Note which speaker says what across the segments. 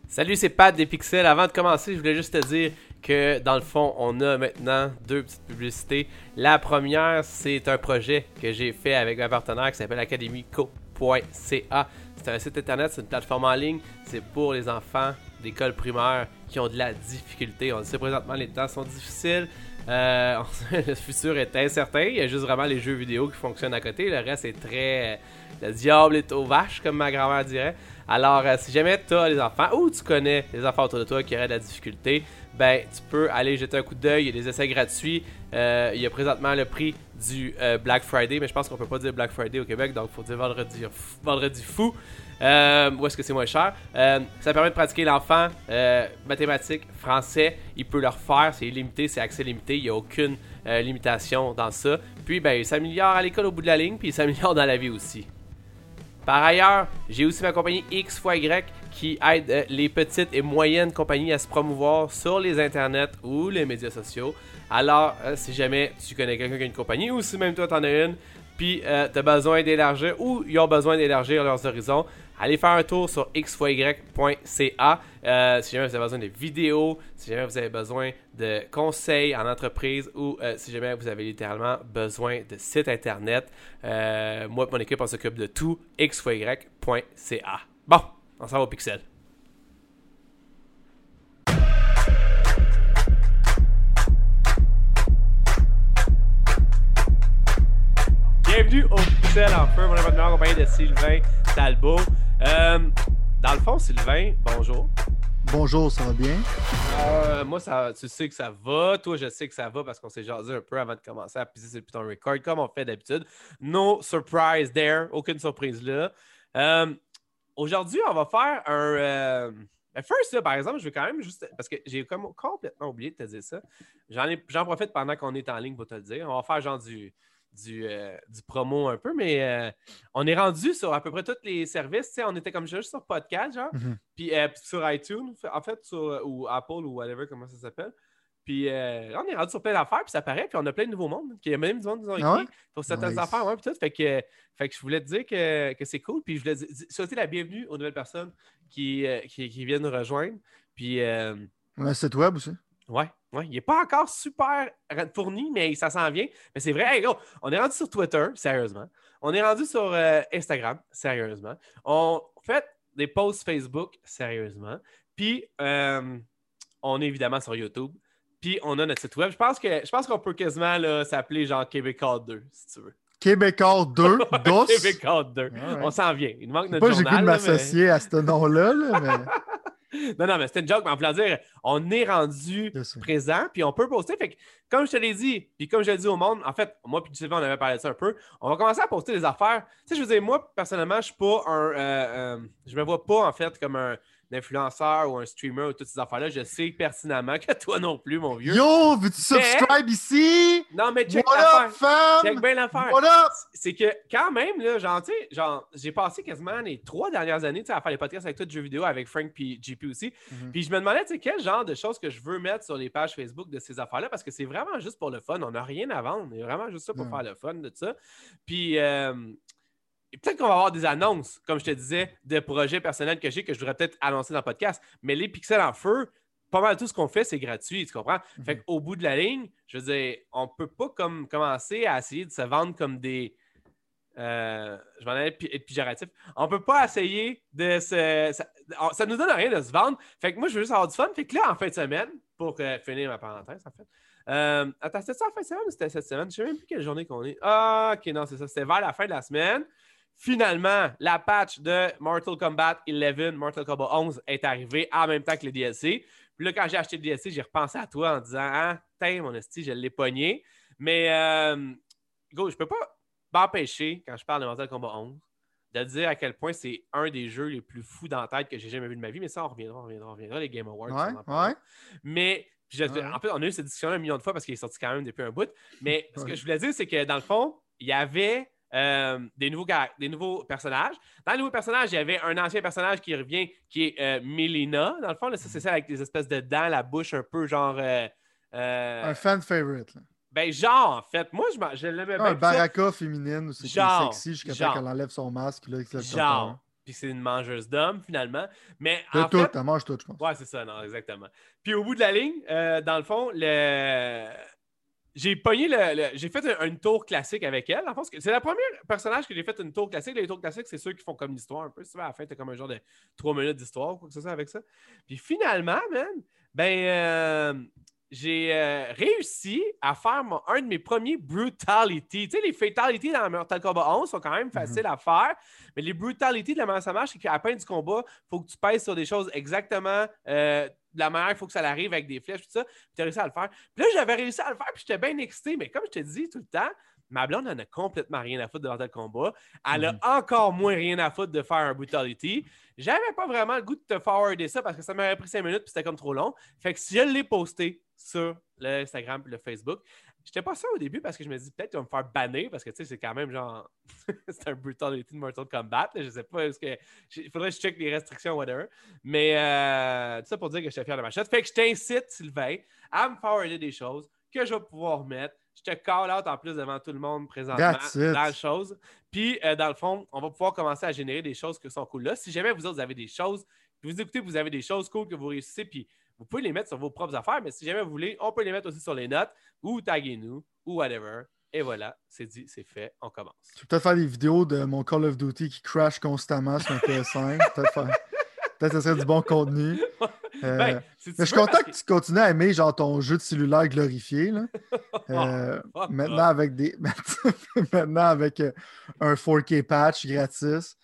Speaker 1: Salut, c'est Pat des Pixels. Avant de commencer, je voulais juste te dire que dans le fond, on a maintenant deux petites publicités. La première, c'est un projet que j'ai fait avec un partenaire qui s'appelle academico.ca. C'est un site internet, c'est une plateforme en ligne. C'est pour les enfants d'école primaire qui ont de la difficulté. On le sait présentement, les temps sont difficiles. Le futur est incertain. Il y a juste vraiment les jeux vidéo qui fonctionnent à côté. Le reste est très... le diable est aux vaches, comme ma grand-mère dirait. Alors, si jamais tu as des enfants ou tu connais des enfants autour de toi qui auraient de la difficulté, ben tu peux aller jeter un coup d'œil. Il y a des essais gratuits. Il y a présentement le prix du Black Friday, mais je pense qu'on peut pas dire Black Friday au Québec, donc il faut dire vendredi fou. Où est-ce que c'est moins cher? Ça permet de pratiquer l'enfant mathématiques, français. Il peut le refaire, c'est illimité, c'est accès limité. Il n'y a aucune limitation dans ça. Puis, ben, il s'améliore à l'école au bout de la ligne, puis il s'améliore dans la vie aussi. Par ailleurs, j'ai aussi ma compagnie X fois Y qui aide les petites et moyennes compagnies à se promouvoir sur les internets ou les médias sociaux. Alors, si jamais tu connais quelqu'un qui a une compagnie ou si même toi t'en as une, puis tu as besoin d'élargir ou ils ont besoin d'élargir leurs horizons, allez faire un tour sur xfoy.ca. Si jamais vous avez besoin de vidéos, si jamais vous avez besoin de conseils en entreprise ou si jamais vous avez littéralement besoin de sites internet, moi et mon équipe, on s'occupe de tout. xfoy.ca. Bon, on s'en va au Pixel. Bienvenue au Pixel en feu, mon abonnement en compagnie de Sylvain Talbot. Dans le fond, Sylvain, bonjour.
Speaker 2: Bonjour, ça va bien?
Speaker 1: Moi, tu sais que ça va. Toi, je sais que ça va parce qu'on s'est jasé un peu avant de commencer à pisser sur le piton record comme on fait d'habitude. No surprise there. Aucune surprise là. Aujourd'hui, on va faire un... First, là, par exemple, je vais quand même juste... Parce que j'ai comme complètement oublié de te dire ça. J'en profite pendant qu'on est en ligne pour te le dire. On va faire genre du promo un peu, mais on est rendu sur à peu près tous les services. On était comme juste sur podcast, genre, puis sur iTunes, en fait, ou Apple ou whatever, comment ça s'appelle. Puis là, on est rendu sur plein d'affaires, puis ça paraît, puis on a plein de nouveaux mondes. Il y a même du monde qui ont écrit pour certaines affaires, ouais, puis tout. Fait que je voulais te dire que c'est cool, puis je voulais souhaiter la bienvenue aux nouvelles personnes qui viennent nous rejoindre. Puis...
Speaker 2: un site web aussi.
Speaker 1: Ouais, il n'est pas encore super fourni, mais ça s'en vient. Mais c'est vrai, hey, gros, on est rendu sur Twitter, sérieusement. On est rendu sur Instagram, sérieusement. On fait des posts Facebook, sérieusement. Puis, on est évidemment sur YouTube. Puis, on a notre site web. Je pense qu'on peut quasiment là, s'appeler genre Québécois 2, si tu veux.
Speaker 2: Québécois 2, DOS.
Speaker 1: Québécois 2. Right. On s'en vient. Il nous manque notre journal.
Speaker 2: J'ai pu m'associer à ce nom-là, mais...
Speaker 1: Non, mais c'était une joke, mais en voulant dire, on est rendu présent, puis on peut poster. Fait que, comme je te l'ai dit, puis comme je l'ai dit au monde, en fait, moi puis Sylvain, on avait parlé de ça un peu, on va commencer à poster des affaires. Tu sais, je veux dire, moi, personnellement, je suis pas je me vois pas, en fait, comme un influenceur ou un streamer ou toutes ces affaires-là. Je sais pertinemment que toi non plus, mon vieux.
Speaker 2: Yo, veux-tu subscribe ici?
Speaker 1: Non, mais check
Speaker 2: l'affaire. Femme?
Speaker 1: Check bien l'affaire.
Speaker 2: What up?
Speaker 1: C'est que quand même, là, genre, tu sais, j'ai passé quasiment les 3 dernières années à faire les podcasts avec toi de jeux vidéo, avec Frank et JP aussi. Puis je me demandais, tu sais, quel genre de choses que je veux mettre sur les pages Facebook de ces affaires-là, parce que c'est vraiment juste pour le fun. On n'a rien à vendre. C'est vraiment juste ça pour faire le fun de ça. Puis... peut-être qu'on va avoir des annonces, comme je te disais, de projets personnels que j'ai, que je voudrais peut-être annoncer dans le podcast. Mais les Pixels en feu, pas mal tout ce qu'on fait, c'est gratuit, tu comprends? Fait qu'au bout de la ligne, je veux dire, on peut pas commencer à essayer de se vendre comme des... je m'en allais être péjoratif. On peut pas essayer de se... Ça nous donne rien de se vendre. Fait que moi, je veux juste avoir du fun. Fait que là, en fin de semaine, pour finir ma parenthèse, en fait... attends, c'était ça en fin de semaine ou c'était cette semaine? Je sais même plus quelle journée qu'on est. Ah, ok, non, c'est ça. C'était vers la fin de la semaine. Finalement, la patch de Mortal Kombat 11, Mortal Kombat 11 est arrivée en même temps que le DLC. Puis là, quand j'ai acheté le DLC, j'ai repensé à toi en disant « Ah, tain, mon esti, je l'ai pogné. » Mais, go, je peux pas m'empêcher, quand je parle de Mortal Kombat 11, de dire à quel point c'est un des jeux les plus fous dans la tête que j'ai jamais vu de ma vie. Mais ça, on reviendra, les Game Awards.
Speaker 2: Ouais.
Speaker 1: Mais, en fait, on a eu cette discussion un million de fois parce qu'il est sorti quand même depuis un bout. Mais ce que je voulais dire, c'est que dans le fond, il y avait... des nouveaux personnages. Dans les nouveaux personnages, il y avait un ancien personnage qui revient, qui est Melina. Dans le fond, là, ça, c'est ça avec des espèces de dents, la bouche un peu genre...
Speaker 2: un fan favorite. Là.
Speaker 1: Ben, genre, en fait. Moi, je l'aimais bien.
Speaker 2: Un baraka féminine, c'est sexy jusqu'à temps
Speaker 1: genre.
Speaker 2: qu'elle enlève son masque. Là,
Speaker 1: genre. puis c'est une mangeuse d'hommes, finalement. Mais
Speaker 2: de
Speaker 1: en
Speaker 2: tout,
Speaker 1: fait...
Speaker 2: elle mange tout, je pense.
Speaker 1: Ouais, c'est ça, non, exactement. Puis au bout de la ligne, dans le fond, j'ai pogné j'ai fait une tour classique avec elle. En fait, c'est la première personnage que j'ai fait une tour classique. Les tours classiques, c'est ceux qui font comme l'histoire un peu. Tu vois, à la fin, t'as comme un genre de 3 minutes d'histoire ou quoi que ce soit avec ça. Puis finalement, man, j'ai réussi à faire un de mes premiers brutality. Tu sais, les fatalities dans Mortal Kombat 11 sont quand même faciles à faire, mais les brutalities de la manière ça marche, c'est qu'à la fin du combat, il faut que tu pèses sur des choses exactement de la manière, il faut que ça arrive avec des flèches, tout ça. Puis tu as réussi à le faire. Puis là, j'avais réussi à le faire, puis j'étais bien excité, mais comme je te dis tout le temps, ma blonde en a complètement rien à foutre de Mortal Kombat. Elle a encore moins rien à foutre de faire un brutality. J'avais pas vraiment le goût de te forwarder ça parce que ça m'aurait pris 5 minutes puis c'était comme trop long. Fait que si je l'ai posté sur l'Instagram et le Facebook, j'étais pas sûr au début parce que je me dis peut-être tu vas me faire bannir parce que tu sais, c'est quand même genre c'est un brutality de Mortal Kombat. Là. Je sais pas, il faudrait que je check les restrictions, whatever. Mais tout ça pour dire que j'étais fier de ma chatte. Fait que je t'incite, Sylvain, à me forwarder des choses que je vais pouvoir mettre. Je te call out en plus devant tout le monde présentement dans la chose. Puis, dans le fond, on va pouvoir commencer à générer des choses qui sont cool là. Si jamais vous autres, vous avez des choses, vous écoutez, vous avez des choses cool que vous réussissez, puis vous pouvez les mettre sur vos propres affaires, mais si jamais vous voulez, on peut les mettre aussi sur les notes ou taguez-nous ou whatever. Et voilà, c'est dit, c'est fait, on commence.
Speaker 2: Je vais peut-être faire des vidéos de mon Call of Duty qui crash constamment sur un PS5. Peut-être que ce serait du bon contenu. Mais je suis content que tu continues à aimer genre ton jeu de cellulaire glorifié. Là. Maintenant avec maintenant avec un 4K patch gratis.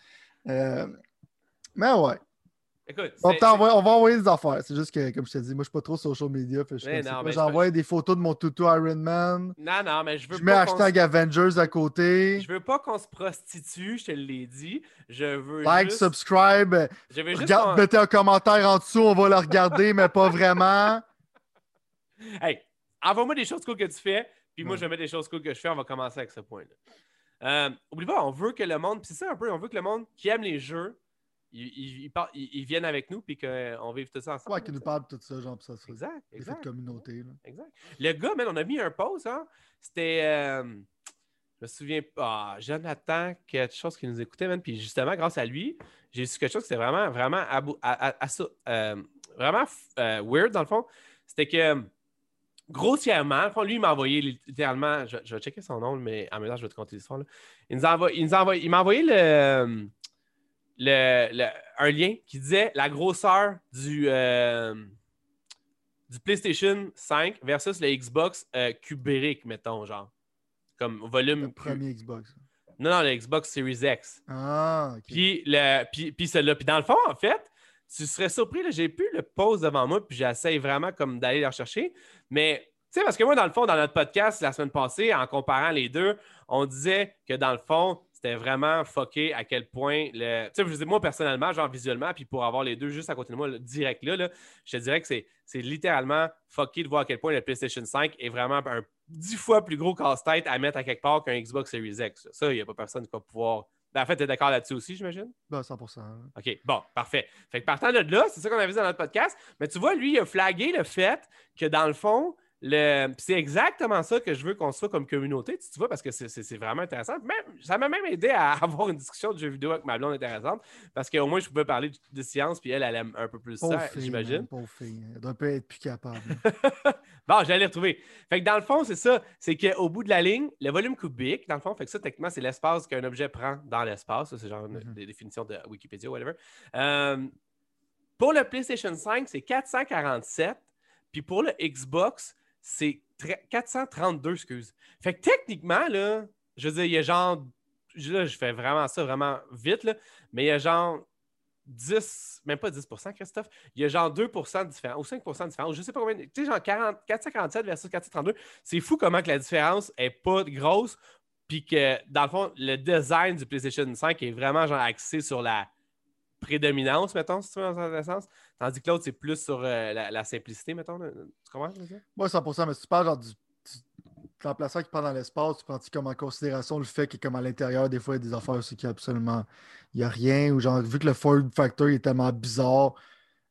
Speaker 2: Mais ouais.
Speaker 1: Écoute,
Speaker 2: on va envoyer des affaires. C'est juste que, comme je te dis, moi je suis pas trop social media. J'envoie des photos de mon toutou Iron Man.
Speaker 1: Non, mais je veux
Speaker 2: pas. Je mets hashtag Avengers à côté.
Speaker 1: Je veux pas qu'on se prostitue, je te l'ai dit. Je veux
Speaker 2: subscribe. Mettez un commentaire en dessous, on va le regarder, mais pas vraiment.
Speaker 1: Hey, envoie-moi des choses cool que tu fais, puis moi je vais mettre des choses cool que je fais. On va commencer avec ce point-là. Oublie pas, on veut que le monde, puis c'est ça un peu, on veut que le monde qui aime les jeux, ils viennent avec nous puis qu'on vive tout ça ensemble.
Speaker 2: Ouais, qu'ils nous parlent de tout ça, genre, ça serait
Speaker 1: exact.
Speaker 2: Des faits de communauté. Là.
Speaker 1: Exact. Le gars, man, on a mis un post, hein? C'était, je me souviens pas, Jonathan, quelque chose qui nous écoutait, man, puis justement, grâce à lui, j'ai su quelque chose qui était vraiment, vraiment, vraiment weird, dans le fond. C'était que, grossièrement, lui, il m'a envoyé littéralement, je vais checker son nom, mais en même temps, je vais te conter l'histoire. Là. Il m'a envoyé un lien qui disait la grosseur du PlayStation 5 versus le Xbox cubique, mettons, genre. Comme volume.
Speaker 2: Le premier Xbox.
Speaker 1: Non, le Xbox Series X.
Speaker 2: Ah, ok.
Speaker 1: Puis celui-là. Puis dans le fond, en fait, tu serais surpris, là, j'ai plus le pause devant moi, puis j'essaye vraiment comme d'aller le rechercher. Mais, tu sais, parce que moi, dans le fond, dans notre podcast la semaine passée, en comparant les deux, on disait que dans le fond, c'était vraiment fucké à quel point tu sais, je vous dis, moi, personnellement, genre visuellement, puis pour avoir les deux juste à côté de moi, direct là, je te dirais que c'est littéralement fucké de voir à quel point le PlayStation 5 est vraiment un 10 fois plus gros casse-tête à mettre à quelque part qu'un Xbox Series X. Ça, il n'y a pas personne qui va pouvoir... En fait, tu es d'accord là-dessus aussi, j'imagine?
Speaker 2: Ben, 100%. Hein.
Speaker 1: OK, bon, parfait. Fait que partant de là, c'est ça qu'on avait vu dans notre podcast. Mais tu vois, lui, il a flagué le fait que dans le fond, c'est exactement ça que je veux qu'on soit comme communauté, tu vois, parce que c'est vraiment intéressant. Ça m'a même aidé à avoir une discussion de jeux vidéo avec ma blonde intéressante, parce qu'au moins, je pouvais parler de science, puis elle aime un peu plus ça, j'imagine.
Speaker 2: Pauvre fille, elle doit pas être plus capable.
Speaker 1: Bon, j'allais retrouver. Fait que dans le fond, c'est ça. C'est qu'au bout de la ligne, le volume cubique, dans le fond, fait que ça, techniquement, c'est l'espace qu'un objet prend dans l'espace. Ça, c'est genre des définitions de Wikipédia, whatever. Pour le PlayStation 5, c'est 447. Puis pour le Xbox, c'est 432, excuse. Fait que techniquement, là, je veux dire, il y a genre... Là, je fais vraiment ça vraiment vite, là, mais il y a genre 10, même pas 10%, Christophe, il y a genre 2% de différence, ou 5% de différence, je sais pas combien, tu sais, genre 447 versus 432, c'est fou comment que la différence est pas grosse, puis que, dans le fond, le design du PlayStation 5 est vraiment genre axé sur la prédominance, mettons, si tu veux, dans ce sens. Tandis que l'autre, c'est plus sur la simplicité, mettons. Là. Tu comprends?
Speaker 2: Oui, 100%, mais si tu parles genre du l'emplacement qui prend dans l'espace, tu prends-tu comme en considération le fait que comme à l'intérieur, des fois, il y a des affaires aussi qui absolument... Il n'y a rien, ou genre, vu que le form factor est tellement bizarre,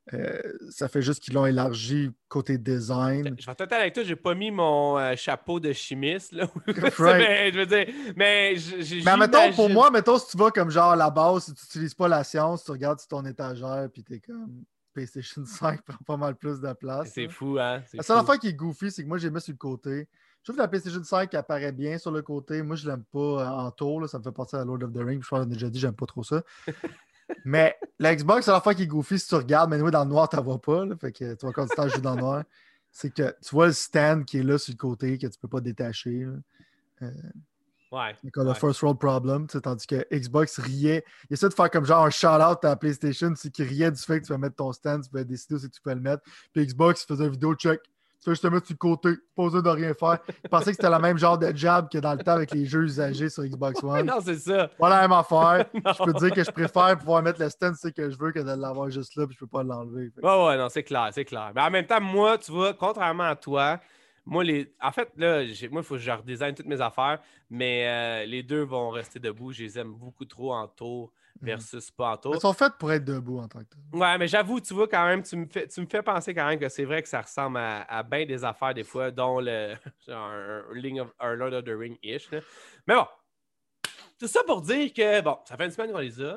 Speaker 2: Ça fait juste qu'ils l'ont élargi côté design.
Speaker 1: Je vais être avec toi, j'ai pas mis mon chapeau de chimiste, là.
Speaker 2: Right.
Speaker 1: Je veux dire, mais
Speaker 2: mettons, pour moi, mettons, si tu vas comme genre à la base, si tu n'utilises pas la science, tu regardes sur ton étagère, puis t'es comme PlayStation 5 prend pas mal plus de place.
Speaker 1: C'est
Speaker 2: là.
Speaker 1: fou, hein?
Speaker 2: La seule affaire qui est goofy, c'est que moi, j'ai mis sur le côté. Je trouve que la PlayStation 5 apparaît bien sur le côté. Moi, je l'aime pas en tour. Là. Ça me fait penser à Lord of the Rings. Je pense que j'ai déjà dit, j'aime pas trop ça. Mais la Xbox, c'est l'affaire qui est goofy si tu regardes, mais nous, dans le noir, tu ne vois pas. Là. Fait que tu vas quand tu joues dans le noir. C'est que tu vois le stand qui est là sur le côté, que tu peux pas détacher.
Speaker 1: Ouais.
Speaker 2: C'est le first world problem. Tandis que Xbox riait. Il essaie de faire comme genre un shout-out à la PlayStation, c'est qu'il riait du fait que tu vas mettre ton stand, tu peux décider où c'est que tu peux le mettre. Puis Xbox faisait une vidéo check. Tu fais juste te mettre sur le côté, pas besoin de rien faire. Il pensait que c'était le même genre de jab que dans le temps avec les jeux usagés sur Xbox One.
Speaker 1: Non, c'est ça.
Speaker 2: Pas la même affaire. Je peux te dire que je préfère pouvoir mettre le stand que je veux que de l'avoir juste là puis je peux pas l'enlever.
Speaker 1: Ouais, non, c'est clair, c'est clair. Mais en même temps, moi, tu vois, contrairement à toi, moi, en fait, là, moi, il faut que je redesign toutes mes affaires, mais les deux vont rester debout. Je les aime beaucoup trop en tour versus pas en tour.
Speaker 2: Ils sont faits pour être debout en tant que tel.
Speaker 1: Ouais, mais j'avoue, tu vois, quand même, tu me fais penser quand même que c'est vrai que ça ressemble à bien des affaires des fois, dont genre un Lord of the Ring-ish. Mais bon, tout ça pour dire que, bon, ça fait une semaine qu'on les a.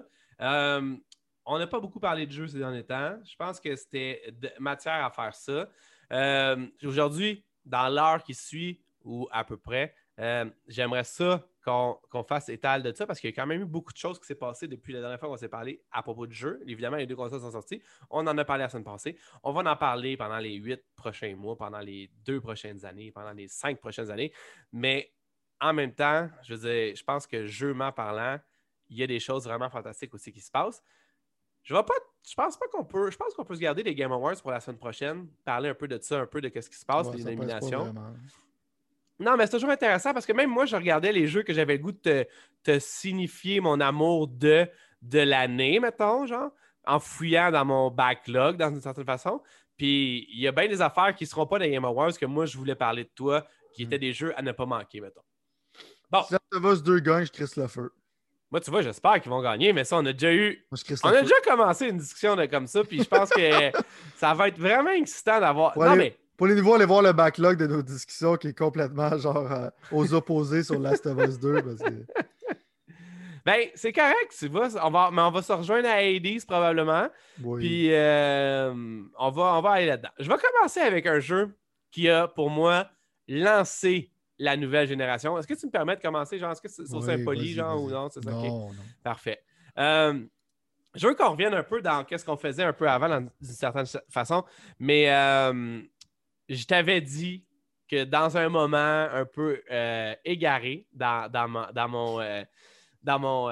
Speaker 1: On n'a pas beaucoup parlé de jeux ces derniers temps. Je pense que c'était matière à faire ça. Aujourd'hui, dans l'heure qui suit, ou à peu près, j'aimerais ça qu'on fasse étal de ça parce qu'il y a quand même eu beaucoup de choses qui s'est passées depuis la dernière fois qu'on s'est parlé à propos de jeux. Évidemment, les deux consoles sont sorties. On en a parlé la semaine passée. On va en parler pendant les 8 prochains mois, pendant les 2 prochaines années, pendant les 5 prochaines années. Mais en même temps, je veux dire, je pense que jeuxement parlant, il y a des choses vraiment fantastiques aussi qui se passent. Je pense qu'on peut se garder les Game Awards pour la semaine prochaine, parler un peu de ça, un peu de ce qui se passe, des nominations. Non, mais c'est toujours intéressant parce que même moi, je regardais les jeux que j'avais le goût de te signifier mon amour de l'année, mettons, genre, en fouillant dans mon backlog, dans une certaine façon. Puis, il y a bien des affaires qui ne seront pas des Game Awards que moi, je voulais parler de toi, qui étaient des jeux à ne pas manquer, mettons.
Speaker 2: Bon. Si ça te va, ce 2 gagne, je crisse le feu.
Speaker 1: Moi, tu vois, j'espère qu'ils vont gagner, mais ça, on a déjà commencé une discussion comme ça, puis je pense que ça va être vraiment excitant d'avoir...
Speaker 2: Pour les aller voir le backlog de nos discussions qui est complètement genre aux opposés sur Last of Us 2 parce que...
Speaker 1: Ben, c'est correct, tu vois, mais on va se rejoindre à Hades probablement, oui. Puis on va aller là-dedans. Je vais commencer avec un jeu qui a, pour moi, lancé la nouvelle génération. Est-ce que tu me permets de commencer? Genre, est-ce que c'est impoli, genre, ou non? C'est ça?
Speaker 2: Non, non.
Speaker 1: Parfait. Je veux qu'on revienne un peu dans ce qu'on faisait un peu avant, d'une certaine façon, mais je t'avais dit que dans un moment un peu égaré dans mon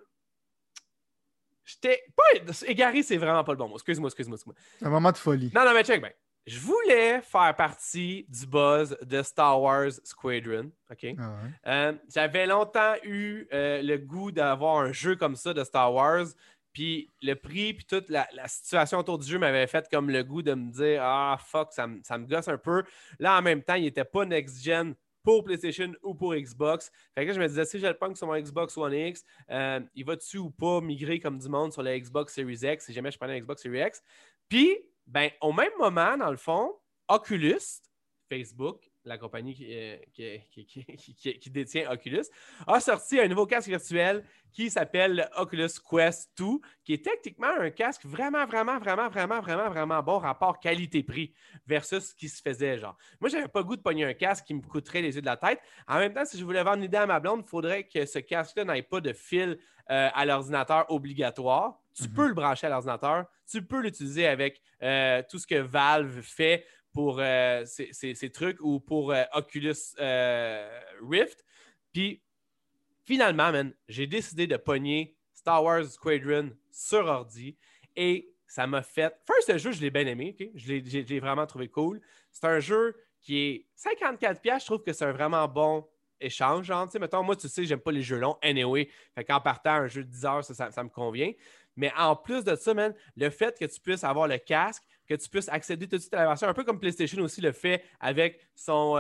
Speaker 1: j'étais pas égaré, c'est vraiment pas le bon mot. Excuse-moi.
Speaker 2: Un moment de folie.
Speaker 1: Non, mais check bien. Je voulais faire partie du buzz de Star Wars Squadron. OK? Ah ouais. J'avais longtemps eu le goût d'avoir un jeu comme ça de Star Wars. Puis le prix, puis toute la situation autour du jeu m'avait fait comme le goût de me dire « Ah, fuck, ça me gosse un peu. » Là, en même temps, il n'était pas next-gen pour PlayStation ou pour Xbox. Fait que je me disais, si je le punk sur mon Xbox One X, il va dessus ou pas migrer comme du monde sur la Xbox Series X si jamais je prenais un Xbox Series X. Puis, ben, au même moment, dans le fond, Oculus, Facebook, la compagnie qui détient Oculus, a sorti un nouveau casque virtuel qui s'appelle Oculus Quest 2, qui est techniquement un casque vraiment bon rapport qualité-prix versus ce qui se faisait, genre. Moi, j'avais pas le goût de pogner un casque qui me coûterait les yeux de la tête. En même temps, si je voulais vendre une idée à ma blonde, il faudrait que ce casque-là n'ait pas de fil à l'ordinateur obligatoire. Tu peux le brancher à l'ordinateur. Tu peux l'utiliser avec tout ce que Valve fait pour ces trucs ou pour Oculus Rift. Puis, finalement, man, j'ai décidé de pogner Star Wars Squadron sur ordi et ça m'a fait... First, le jeu, je l'ai bien aimé. Okay? Je l'ai vraiment trouvé cool. C'est un jeu qui est 54$. Je trouve que c'est un vraiment bon échange. Genre, mettons, moi, tu sais, j'aime pas les jeux longs. Anyway, fait qu'en partant, un jeu de 10 heures, ça me convient. Mais en plus de ça, man, le fait que tu puisses avoir le casque, que tu puisses accéder tout de suite à la version, un peu comme PlayStation aussi le fait avec son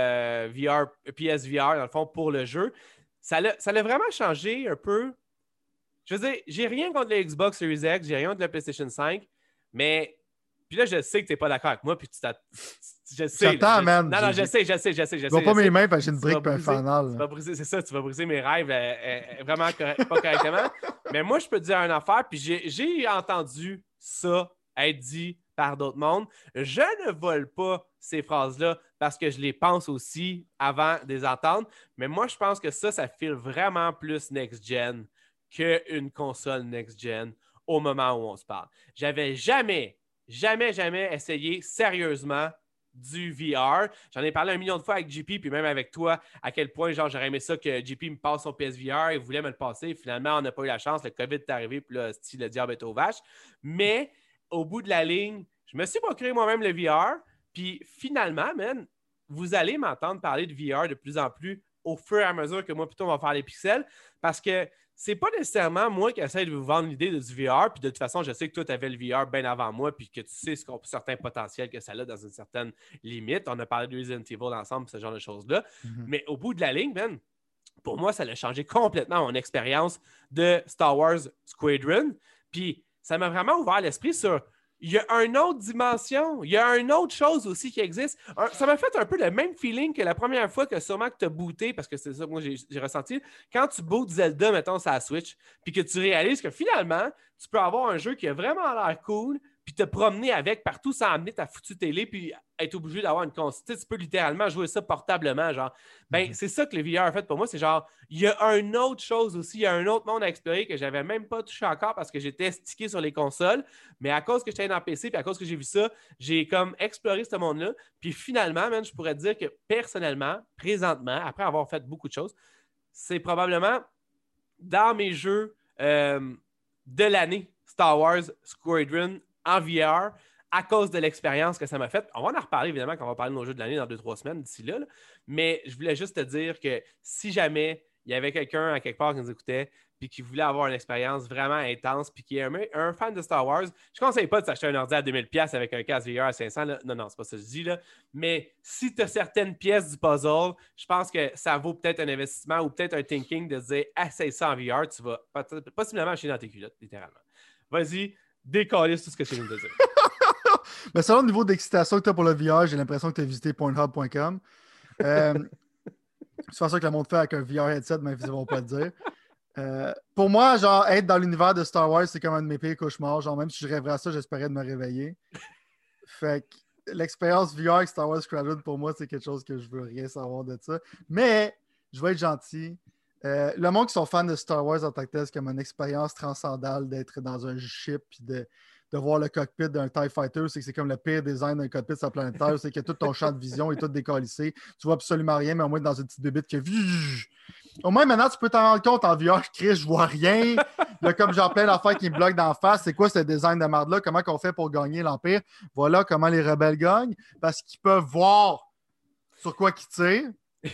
Speaker 1: PSVR, dans le fond, pour le jeu, ça l'a vraiment changé un peu. Je veux dire, j'ai rien contre la Xbox Series X, j'ai rien contre la PlayStation 5, mais Puis là, je sais que tu n'es pas d'accord avec moi, puis je sais.
Speaker 2: J'attends, man.
Speaker 1: Non, je sais.
Speaker 2: Je vois pas mes mains parce que j'ai une brique et un fanal.
Speaker 1: C'est ça, tu vas briser mes rêves vraiment pas correctement. Mais moi, je peux te dire une affaire, puis j'ai entendu ça être dit par d'autres mondes. Je ne vole pas ces phrases-là parce que je les pense aussi avant de les entendre. Mais moi, je pense que ça file vraiment plus next-gen qu'une console next-gen au moment où on se parle. J'avais jamais essayé sérieusement du VR. J'en ai parlé 1 million de fois avec JP, puis même avec toi, à quel point genre j'aurais aimé ça que JP me passe son PSVR, il voulait me le passer. Finalement, on n'a pas eu la chance, le COVID est arrivé, puis là, le diable est aux vaches. Mais au bout de la ligne, je me suis procuré moi-même le VR, puis finalement, man, vous allez m'entendre parler de VR de plus en plus au fur et à mesure que moi, plutôt, on va faire les pixels, parce que c'est pas nécessairement moi qui essaie de vous vendre l'idée de du VR, puis de toute façon, je sais que toi, tu avais le VR bien avant moi, puis que tu sais certain potentiel que ça a dans une certaine limite. On a parlé de Resident Evil ensemble, ce genre de choses-là. Mais au bout de la ligne, man, pour moi, ça a changé complètement mon expérience de Star Wars Squadron. Puis ça m'a vraiment ouvert l'esprit sur il y a une autre dimension, il y a une autre chose aussi qui existe. Ça m'a fait un peu le même feeling que la première fois que sûrement que tu as booté, parce que c'est ça que moi j'ai ressenti, quand tu bootes Zelda, mettons, sur la Switch, puis que tu réalises que finalement, tu peux avoir un jeu qui a vraiment l'air cool, puis te promener avec partout sans amener ta foutue télé, puis être obligé d'avoir une console. Tu peux littéralement jouer ça portablement, genre. Ben, c'est ça que le VR a fait pour moi, c'est genre, il y a une autre chose aussi, il y a un autre monde à explorer que j'avais même pas touché encore parce que j'étais stické sur les consoles, mais à cause que j'étais dans le PC, puis à cause que j'ai vu ça, j'ai comme exploré ce monde-là, puis finalement, man, je pourrais te dire que personnellement, présentement, après avoir fait beaucoup de choses, c'est probablement dans mes jeux de l'année Star Wars Squadron en VR à cause de l'expérience que ça m'a faite. On va en reparler, évidemment, quand on va parler de nos jeux de l'année dans 2-3 semaines d'ici là. Mais je voulais juste te dire que si jamais il y avait quelqu'un à quelque part qui nous écoutait puis qui voulait avoir une expérience vraiment intense puis qui est un fan de Star Wars, je ne conseille pas de s'acheter un ordi à 2000$ avec un casque VR à 500. Là. Non, c'est pas ça que je dis. Là. Mais si tu as certaines pièces du puzzle, je pense que ça vaut peut-être un investissement ou peut-être un thinking de se dire « Essaye ça en VR, tu vas possiblement acheter dans tes culottes, littéralement. » Vas-y, décalisse tout ce que tu viens de dire.
Speaker 2: Mais selon le niveau d'excitation que tu as pour le VR, j'ai l'impression que tu as visité pornhub.com. C'est ça que le monde fait avec un VR headset, mais ils ne vont pas le dire. Pour moi, genre, être dans l'univers de Star Wars, c'est comme un de mes pires cauchemars. Genre, même si je rêverais à ça, j'espérais de me réveiller. Fait que l'expérience VR avec Star Wars Squadron, pour moi, c'est quelque chose que je veux rien savoir de ça. Mais, je vais être gentil. Le monde qui sont fans de Star Wars en tant que tel, c'est comme une expérience transcendale d'être dans un ship et de voir le cockpit d'un TIE Fighter. C'est que c'est comme le pire design d'un cockpit sur la planète Terre. C'est que tout ton champ de vision est tout décalissé. Tu vois absolument rien, mais au moins dans une petite bébite qui au moins maintenant, tu peux t'en rendre compte en VR, je vois rien. Là, comme j'en plein d'affaires qui me bloquent d'en face, c'est quoi ce design de merde-là? Comment qu'on fait pour gagner l'Empire? Voilà comment les rebelles gagnent. Parce qu'ils peuvent voir sur quoi qu'ils tirent.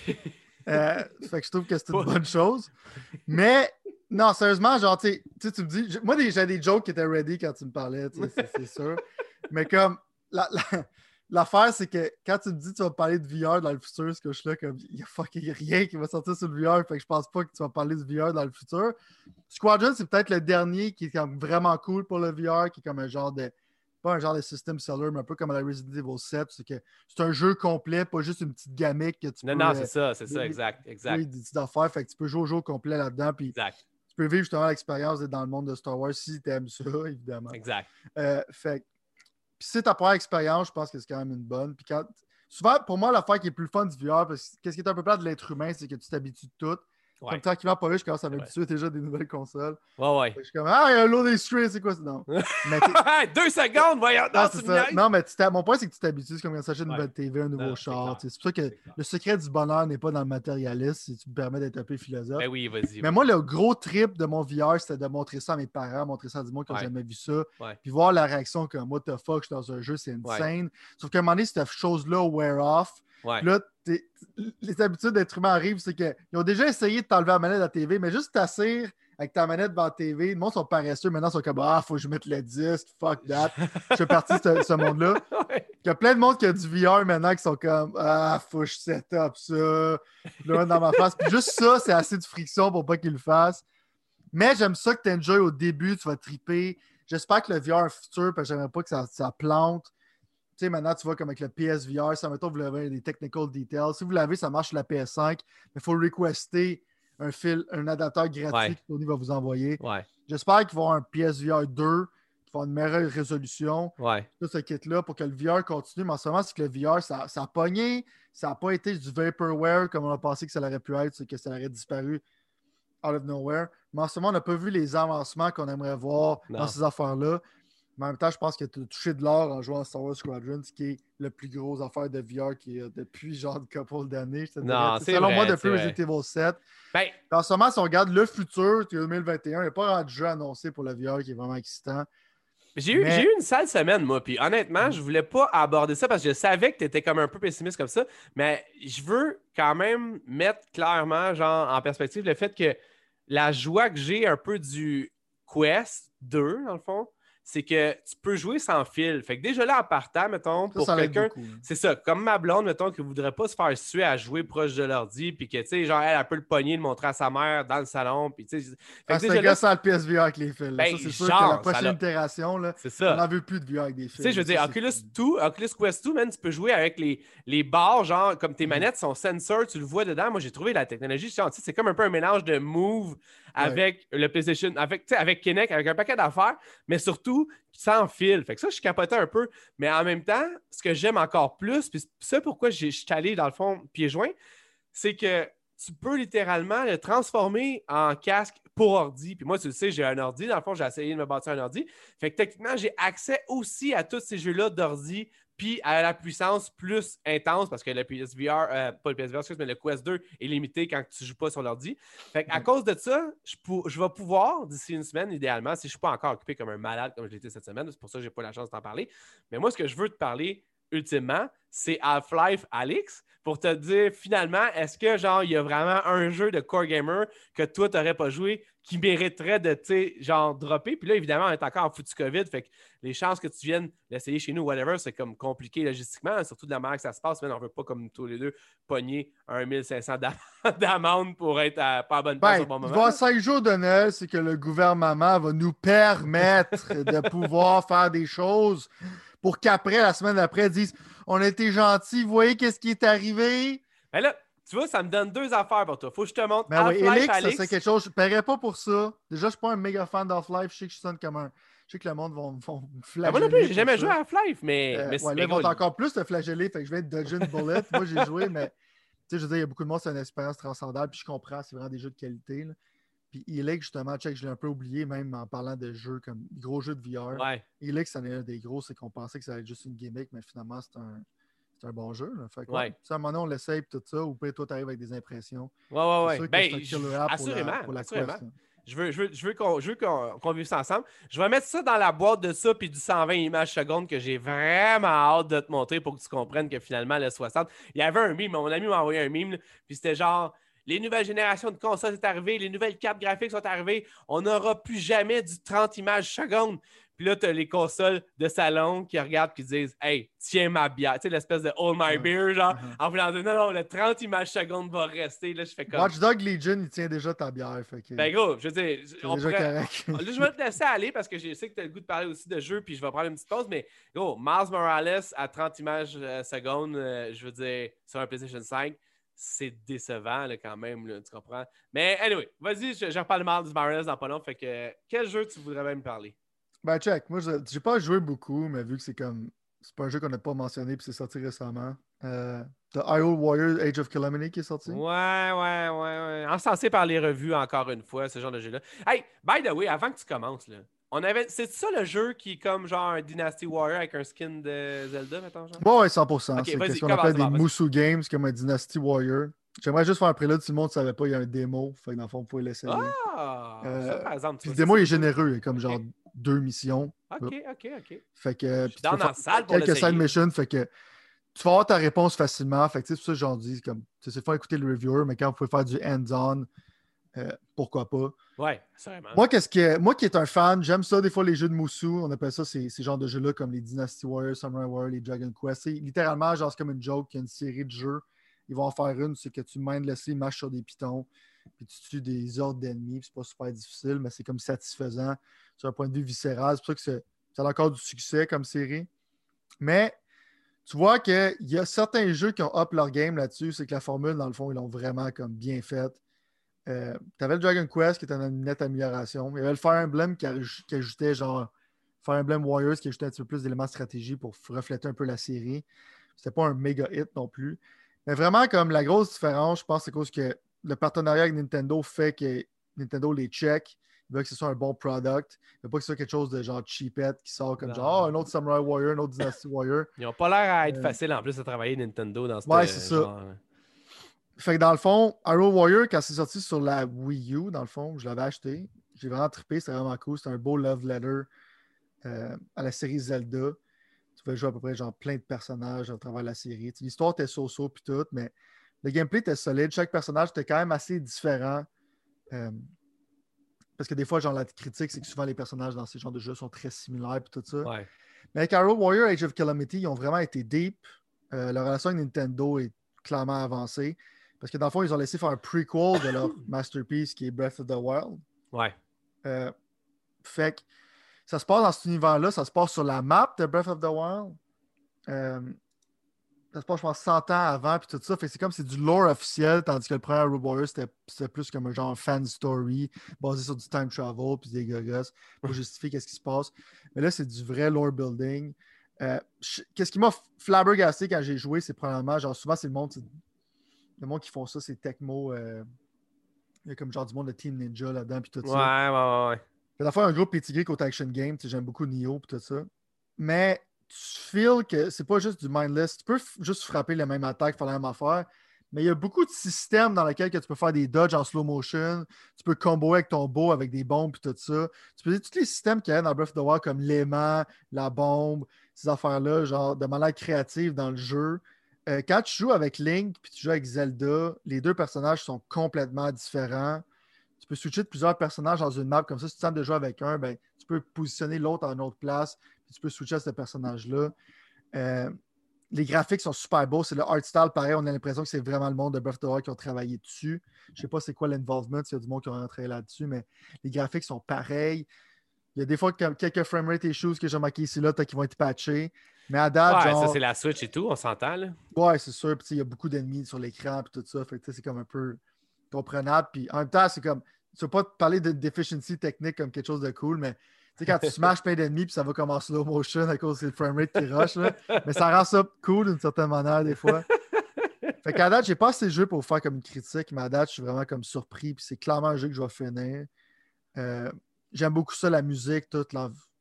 Speaker 2: Fait que je trouve que c'est une bonne chose. Mais non, sérieusement, genre, tu me dis. Moi, j'ai des jokes qui étaient ready quand tu me parlais, c'est sûr. Mais comme l'affaire, c'est que quand tu me dis que tu vas parler de VR dans le futur, ce que je suis là, comme il n'y a fucking rien qui va sortir sur le VR, fait que je pense pas que tu vas parler de VR dans le futur. Squadron, c'est peut-être le dernier qui est comme vraiment cool pour le VR, qui est comme un genre de. Pas un genre de system seller, mais un peu comme la Resident Evil 7. C'est que c'est un jeu complet, pas juste une petite gamique que tu peux...
Speaker 1: Non, c'est ça, exact.
Speaker 2: Oui, des petites affaires, fait que tu peux jouer au jeu complet là-dedans, puis tu peux vivre justement l'expérience d'être dans le monde de Star Wars si tu aimes ça, évidemment.
Speaker 1: Exact.
Speaker 2: Fait puis si c'est ta première expérience, je pense que c'est quand même une bonne. Puis souvent, pour moi, l'affaire qui est plus fun du VR, parce que qu'est-ce qui est un peu plat de l'être humain, c'est que tu t'habitues de tout. Ouais. Comme tranquillement, pas vite, je commence à m'habituer déjà à des nouvelles consoles.
Speaker 1: Ouais.
Speaker 2: Je suis comme, il y a un loading screen, c'est quoi ça? Non. Mais
Speaker 1: 2 secondes, voyons.
Speaker 2: Non, mais mon point, c'est que tu t'habitues. C'est comme quand tu achètes une nouvelle TV, un nouveau char. C'est pour ça que le secret du bonheur n'est pas dans le matérialisme, si tu me permets d'être un peu philosophe.
Speaker 1: Ben oui, vas-y.
Speaker 2: Mais moi, le gros trip de mon VR, c'était de montrer ça à mes parents, montrer ça à du monde qui n'a jamais vu ça. Puis voir la réaction comme, what the fuck, je suis dans un jeu, c'est insane. Sauf qu'à un moment donné, cette chose-là wear off. Là, les habitudes d'être humain arrivent, c'est qu'ils ont déjà essayé de t'enlever la manette de la TV, mais juste t'asseoir avec ta manette devant la TV. Le monde sont paresseux. Maintenant, ils sont comme faut que je mette le disque, fuck that. Je fais partie de ce monde-là. Il y a plein de monde qui a du VR maintenant qui sont comme faut que je set up ça. Là, dans ma face. Puis juste ça, c'est assez de friction pour pas qu'ils le fassent. Mais j'aime ça que tu enjoy au début, tu vas triper. j'espère que le VR futur, parce que j'aimerais pas que ça plante. Tu sais, maintenant, tu vois comme avec le PSVR, ça, mettons, vous avez des technical details. Si vous l'avez, ça marche sur la PS5, mais il faut requester un adaptateur gratuit que Sony va vous envoyer.
Speaker 1: Ouais.
Speaker 2: J'espère qu'ils vont avoir un PSVR 2 qui va avoir une meilleure résolution.
Speaker 1: Ouais.
Speaker 2: Tout ce kit-là pour que le VR continue. Mais en ce moment, c'est que le VR, ça a pogné. Ça n'a pas été du vaporware comme on a pensé que ça aurait pu être, c'est que ça aurait disparu out of nowhere. Mais en ce moment, on n'a pas vu les avancements qu'on aimerait voir dans ces affaires-là. Mais en même temps, je pense que tu as touché de l'or en jouant à Star Wars Squadrons, qui est le plus gros affaire de VR qui est depuis genre une couple d'années. Selon moi, depuis Resident Evil 7.
Speaker 1: Ben,
Speaker 2: en ce moment, si on regarde le futur, 2021, il n'y a pas de jeu annoncé pour le VR qui est vraiment excitant.
Speaker 1: J'ai eu une sale semaine, moi, puis honnêtement, je voulais pas aborder ça parce que je savais que tu étais comme un peu pessimiste comme ça, mais je veux quand même mettre clairement, genre, en perspective le fait que la joie que j'ai un peu du Quest 2, dans le fond, c'est que tu peux jouer sans fil. Fait que déjà là, en partant, mettons, pour quelqu'un, c'est ça, comme ma blonde, mettons, qui ne voudrait pas se faire suer à jouer proche de l'ordi, puis que, tu sais, genre, elle peut le pogner, le montrer à sa mère dans le salon, puis tu sais...
Speaker 2: c'est un gars sans le PSVR avec les fils.
Speaker 1: Ben,
Speaker 2: ça, c'est sûr que la prochaine itération, là,
Speaker 1: on
Speaker 2: n'en veut plus de VR avec des fils.
Speaker 1: Tu sais, je veux dire, Oculus Quest 2, man, tu peux jouer avec les barres, genre, comme tes manettes sont sensor, tu le vois dedans. Moi, j'ai trouvé la technologie, c'est comme un peu un mélange de Move avec le PlayStation, avec Kinect, avec un paquet d'affaires, mais surtout sans fil. Fait que ça, je capotais un peu. Mais en même temps, ce que j'aime encore plus, puis c'est pourquoi je suis allé, dans le fond, pieds joints, c'est que tu peux littéralement le transformer en casque pour ordi. Puis moi, tu le sais, j'ai un ordi. Dans le fond, j'ai essayé de me bâtir un ordi. Fait que techniquement, j'ai accès aussi à tous ces jeux-là d'ordi, puis à la puissance plus intense, parce que le PSVR, pas le PSVR, mais le Quest 2 est limité quand tu ne joues pas sur l'ordi. Fait qu'à cause de ça, je vais pouvoir, d'ici une semaine, idéalement, si je ne suis pas encore occupé comme un malade comme je l'étais cette semaine, c'est pour ça que je n'ai pas la chance d'en parler. Mais moi, ce que je veux te parler, ultimement, c'est Half-Life Alyx pour te dire finalement, est-ce que genre il y a vraiment un jeu de core gamer que toi t'aurais pas joué qui mériterait de, tu sais, genre dropper. Puis là, évidemment, on est encore en foutu COVID, fait que les chances que tu viennes l'essayer chez nous, whatever, c'est comme compliqué logistiquement, surtout de la manière que ça se passe, mais on veut pas comme tous les deux pogner 1500 d'amende pour être pas à bonne place au bon moment.
Speaker 2: Il va y avoir 5 jours de Noël, c'est que le gouvernement va nous permettre de pouvoir faire des choses pour qu'après, la semaine d'après, ils disent on a été gentils, vous voyez qu'est-ce qui est arrivé?
Speaker 1: Ben là, tu vois, ça me donne 2 affaires pour toi. Faut que je te montre
Speaker 2: Half-Life, Alyx, ça serait quelque chose. Je ne paierais pas pour ça. Déjà, je ne suis pas un méga fan d'Half-Life. Je sais que je sonne comme un. Je sais que le monde va me flageller.
Speaker 1: Moi non plus, j'ai jamais joué à Half-Life, mais
Speaker 2: là, ils vont encore plus te flageller. Fait que je vais être dodge une bullet. Moi, j'ai joué, mais tu sais, je veux dire, il y a beaucoup de monde, c'est une expérience transcendale. Puis je comprends, c'est vraiment des jeux de qualité. Là. Puis Helix, justement, check, je l'ai un peu oublié, même en parlant de jeux comme gros jeux de VR.
Speaker 1: Ouais.
Speaker 2: Helix, c'en est un des gros, c'est qu'on pensait que ça allait être juste une gimmick, mais finalement, c'est un bon jeu. Là. Fait que, à un moment donné, on l'essaye tout ça, ou peut-être toi, tu arrives avec des impressions.
Speaker 1: Ouais.
Speaker 2: Ben,
Speaker 1: assurément.
Speaker 2: Pour la
Speaker 1: assurément.
Speaker 2: Quest,
Speaker 1: je veux qu'on vive ça ensemble. Je vais mettre ça dans la boîte de ça puis du 120 images secondes que j'ai vraiment hâte de te montrer pour que tu comprennes que finalement, le 60... Il y avait un meme, mon ami m'a envoyé un meme, puis c'était genre... Les nouvelles générations de consoles sont arrivées, les nouvelles cartes graphiques sont arrivées, on n'aura plus jamais du 30 images secondes. Puis là, tu as les consoles de salon qui regardent et qui disent hey, tiens ma bière. Tu sais, l'espèce de hold my beer, genre, en voulant dire non, le 30 images secondes va rester. Là, je fais comme.
Speaker 2: Watch Dogs Legion, il tient déjà ta bière. Fait que...
Speaker 1: Ben gros, je veux dire,
Speaker 2: on déjà correct.
Speaker 1: Là, je vais te laisser aller parce que je sais que tu as le goût de parler aussi de jeux, puis je vais prendre une petite pause. Mais gros, Miles Morales à 30 images secondes, je veux dire, sur un PlayStation 5. C'est décevant là, quand même, là, tu comprends? Mais anyway, vas-y, je reparle de Miles Morales dans pas long. Fait que quel jeu tu voudrais même parler?
Speaker 2: Ben check, moi j'ai pas joué beaucoup, mais vu que c'est comme. C'est pas un jeu qu'on n'a pas mentionné puis c'est sorti récemment. T'as IO Warrior Age of Calamity qui est sorti.
Speaker 1: Ouais. Encensé par les revues encore une fois, ce genre de jeu-là. Hey, by the way, avant que tu commences, là, c'est ça le jeu qui est comme genre un Dynasty Warrior avec un skin de Zelda, mettons, genre?
Speaker 2: Ouais, 100%.
Speaker 1: Okay,
Speaker 2: c'est ce qu'on appelle des Musou Games, comme un Dynasty Warrior. J'aimerais juste faire un prélude si le monde ne savait pas, il y a un démo. Fait que dans le fond, vous pouvez l'essayer.
Speaker 1: Ça, par exemple.
Speaker 2: Puis le démo, il est généreux. Il est comme genre 2 missions.
Speaker 1: OK.
Speaker 2: Fait que.
Speaker 1: Je suis dans la salle pour
Speaker 2: quelques side missions. Fait que tu vas avoir ta réponse facilement. Fait que c'est pour ça que j'en dis. Comme, c'est fun écouter le reviewer, mais quand vous pouvez faire du hands-on, pourquoi pas.
Speaker 1: Ouais, vraiment.
Speaker 2: Moi qui est un fan, j'aime ça des fois les jeux de Musou. On appelle ça ces genres de jeux-là comme les Dynasty Warriors, Samurai Warriors, les Dragon Quest. C'est littéralement, genre, c'est comme une joke, il y a une série de jeux. Ils vont en faire une, c'est que tu mindlessly marches sur des pitons, puis tu tues des ordres d'ennemis, puis c'est pas super difficile, mais c'est comme satisfaisant. sur un point de vue viscéral. C'est pour ça que ça a encore du succès comme série. Mais tu vois qu'il y a certains jeux qui ont up leur game là-dessus. C'est que la formule, dans le fond, ils l'ont vraiment comme bien faite. Tu avais le Dragon Quest qui était une nette amélioration. Il y avait le Fire Emblem qui ajoutait genre Fire Emblem Warriors qui ajoutait un petit peu plus d'éléments de stratégie pour refléter un peu la série. C'était pas un méga hit non plus. Mais vraiment, comme la grosse différence, je pense, c'est cause que le partenariat avec Nintendo fait que Nintendo les check. Il veut que ce soit un bon product. Il veut pas que ce soit quelque chose de genre cheapette qui sort comme genre un autre Samurai Warrior, un autre Dynasty Warrior.
Speaker 1: Ils n'ont pas l'air à être faciles en plus à travailler Nintendo dans ce
Speaker 2: c'est
Speaker 1: genre.
Speaker 2: Ça. Fait que dans le fond, Hyrule Warrior, quand c'est sorti sur la Wii U, dans le fond, je l'avais acheté. J'ai vraiment trippé, c'était vraiment cool. C'était un beau love letter à la série Zelda. Tu pouvais jouer à peu près genre plein de personnages à travers la série. L'histoire était so-so puis tout, mais le gameplay était solide. Chaque personnage était quand même assez différent. Parce que des fois, genre la critique, c'est que souvent les personnages dans ces genres de jeux sont très similaires et tout ça.
Speaker 1: Ouais.
Speaker 2: Mais avec Hyrule Warrior Age of Calamity, ils ont vraiment été deep. Leur relation avec Nintendo est clairement avancée. Parce que dans le fond, ils ont laissé faire un prequel de leur masterpiece qui est Breath of the Wild.
Speaker 1: Ouais.
Speaker 2: Fait que ça se passe dans cet univers-là, ça se passe sur la map de Breath of the Wild. Ça se passe, je pense, 100 ans avant, puis tout ça. Fait que c'est comme c'est du lore officiel, tandis que le premier Hyrule Warrior, c'était plus comme un genre fan story, basé sur du time travel, puis des gogos, pour justifier qu'est-ce qui se passe. Mais là, c'est du vrai lore building. Qu'est-ce qui m'a flabbergasté quand j'ai joué, c'est probablement, genre, souvent, c'est le monde qui font ça, c'est Tecmo. Il y a comme genre du monde de Team Ninja là-dedans, puis tout ça.
Speaker 1: Ouais.
Speaker 2: Dans le fond, un groupe Petit côté Action Game, j'aime beaucoup Nioh, puis tout ça. Mais tu feels que c'est pas juste du mindless. Tu peux juste frapper la même attaque, faire la même affaire. Mais il y a beaucoup de systèmes dans lesquels que tu peux faire des dodges en slow motion. Tu peux comboer avec ton bow, avec des bombes et tout ça. Tu peux dire tous les systèmes qu'il y a dans Breath of the Wild, comme l'aimant, la bombe, ces affaires-là, genre de manière créative dans le jeu. Quand tu joues avec Link puis tu joues avec Zelda, les deux personnages sont complètement différents. Tu peux switcher de plusieurs personnages dans une map. Comme ça, si tu tentes de jouer avec un, ben, tu peux positionner l'autre à une autre place. Puis tu peux switcher à ce personnage-là. Les graphiques sont super beaux. C'est le art style pareil. On a l'impression que c'est vraiment le monde de Breath of the Wild qui ont travaillé dessus. Je ne sais pas c'est quoi l'involvement, s'il y a du monde qui a travaillé là-dessus, mais les graphiques sont pareils. Il y a des fois quelques framerate issues que j'ai remarqué ici là, qui vont être patchés. Mais à date,
Speaker 1: genre... ça c'est la Switch et tout, on s'entend là.
Speaker 2: Ouais, c'est sûr. Puis il y a beaucoup d'ennemis sur l'écran et tout ça. Fait que c'est comme un peu comprenable. Puis en même temps, c'est comme. Tu ne veux pas te parler de deficiency technique comme quelque chose de cool, mais quand tu smashes plein d'ennemis puis ça va comme en slow motion à cause du framerate qui rush, là, mais ça rend ça cool d'une certaine manière des fois. Fait qu'à date, j'ai pas assez de jeux pour faire comme une critique, mais à date, je suis vraiment comme surpris. Puis c'est clairement un jeu que je vais finir. J'aime beaucoup ça, la musique, tout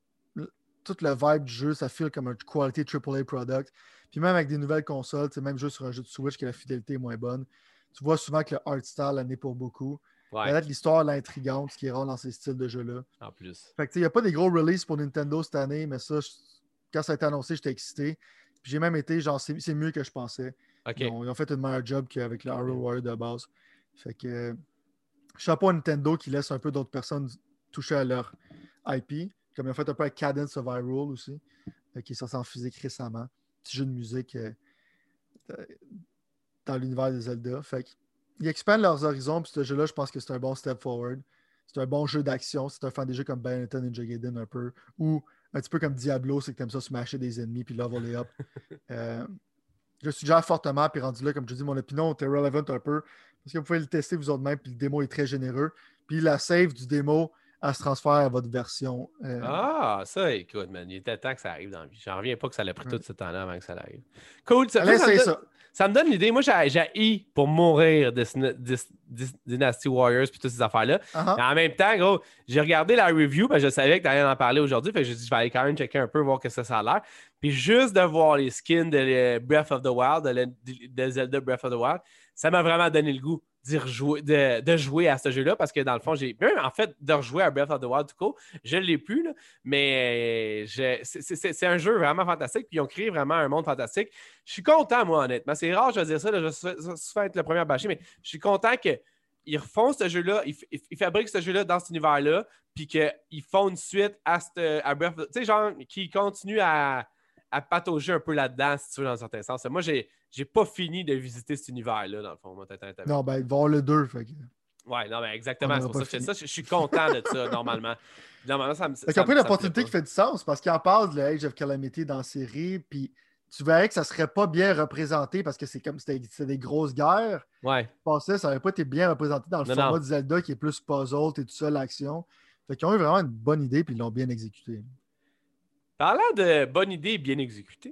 Speaker 2: le vibe du jeu, ça feel comme un quality AAA product. Puis même avec des nouvelles consoles, même jeu sur un jeu de Switch que la fidélité est moins bonne, tu vois souvent que le art style en est pour beaucoup.
Speaker 1: Ouais.
Speaker 2: Peut-être l'histoire l'intrigante, ce qui est rare dans ces styles de jeux-là.
Speaker 1: En plus.
Speaker 2: Fait que il n'y a pas des gros releases pour Nintendo cette année, mais ça, quand ça a été annoncé, j'étais excité. Puis j'ai même été, genre, c'est mieux que je pensais.
Speaker 1: Okay.
Speaker 2: Ils ont fait une meilleure job qu'avec le Hyrule Warrior de base. Fait que chapeau à Nintendo qui laisse un peu d'autres personnes toucher à leur IP. Comme ils ont fait un peu avec Cadence of Hyrule aussi, qui est sorti en physique récemment. Petit jeu de musique dans l'univers de Zelda. Fait qu'ils expandent leurs horizons, puis ce jeu-là, je pense que c'est un bon step forward. C'est un bon jeu d'action. C'est un fan des jeux comme Bayonetta Ninja Gaiden un peu, ou un petit peu comme Diablo, c'est que t'aimes ça smasher des ennemis puis level up. Je suggère fortement, puis rendu là, comme je dis, mon opinion était relevant un peu, parce que vous pouvez le tester vous autres même, puis le démo est très généreux. Puis la save du démo, elle se transfère à votre version.
Speaker 1: Ça, écoute, man, il était temps que ça arrive dans la vie. J'en reviens pas que ça l'a pris tout ce temps-là avant que ça arrive. Cool, ça me donne l'idée. Moi, j'ai pour mourir Dynasty Warriors puis toutes ces affaires-là. Mais en même temps, gros, j'ai regardé la review, parce que je savais que tu allais en parler aujourd'hui. Fait que je dit, je vais aller quand même checker un peu, voir que ça a l'air. Puis juste de voir les skins de Breath of the Wild, de Zelda Breath of the Wild, ça m'a vraiment donné le goût de jouer à ce jeu-là, parce que dans le fond, j'ai même en fait de rejouer à Breath of the Wild tout court. Je ne l'ai plus, là, mais c'est un jeu vraiment fantastique, puis ils ont créé vraiment un monde fantastique. Je suis content, moi, honnêtement. C'est rare, je vais dire ça, là, je vais souvent être le premier à bâcher, mais je suis content qu'ils refont ce jeu-là, ils fabriquent ce jeu-là dans cet univers-là, puis qu'ils font une suite à Breath of the Wild. Tu sais, genre, qui continuent à patauger un peu là-dedans, si tu veux, dans un certain sens. Moi, j'ai pas fini de visiter cet univers-là, dans le fond.
Speaker 2: Non, il va y avoir le 2. Fait que...
Speaker 1: Ouais, non, mais exactement. C'est pour ça que je fais ça. Je suis content de ça, normalement. Non, ça me.
Speaker 2: Fait qu'il a pris l'opportunité qui fait du sens parce qu'il en parle de l'Age of Calamity dans la série, puis tu verrais que ça serait pas bien représenté parce que c'est comme c'était des grosses guerres.
Speaker 1: Ouais.
Speaker 2: Ça n'aurait pas été bien représenté dans le format de Zelda qui est plus puzzle et tout ça, l'action. Fait qu'ils ont eu vraiment une bonne idée puis ils l'ont bien exécutée.
Speaker 1: Parlant de bonne idée bien exécutée,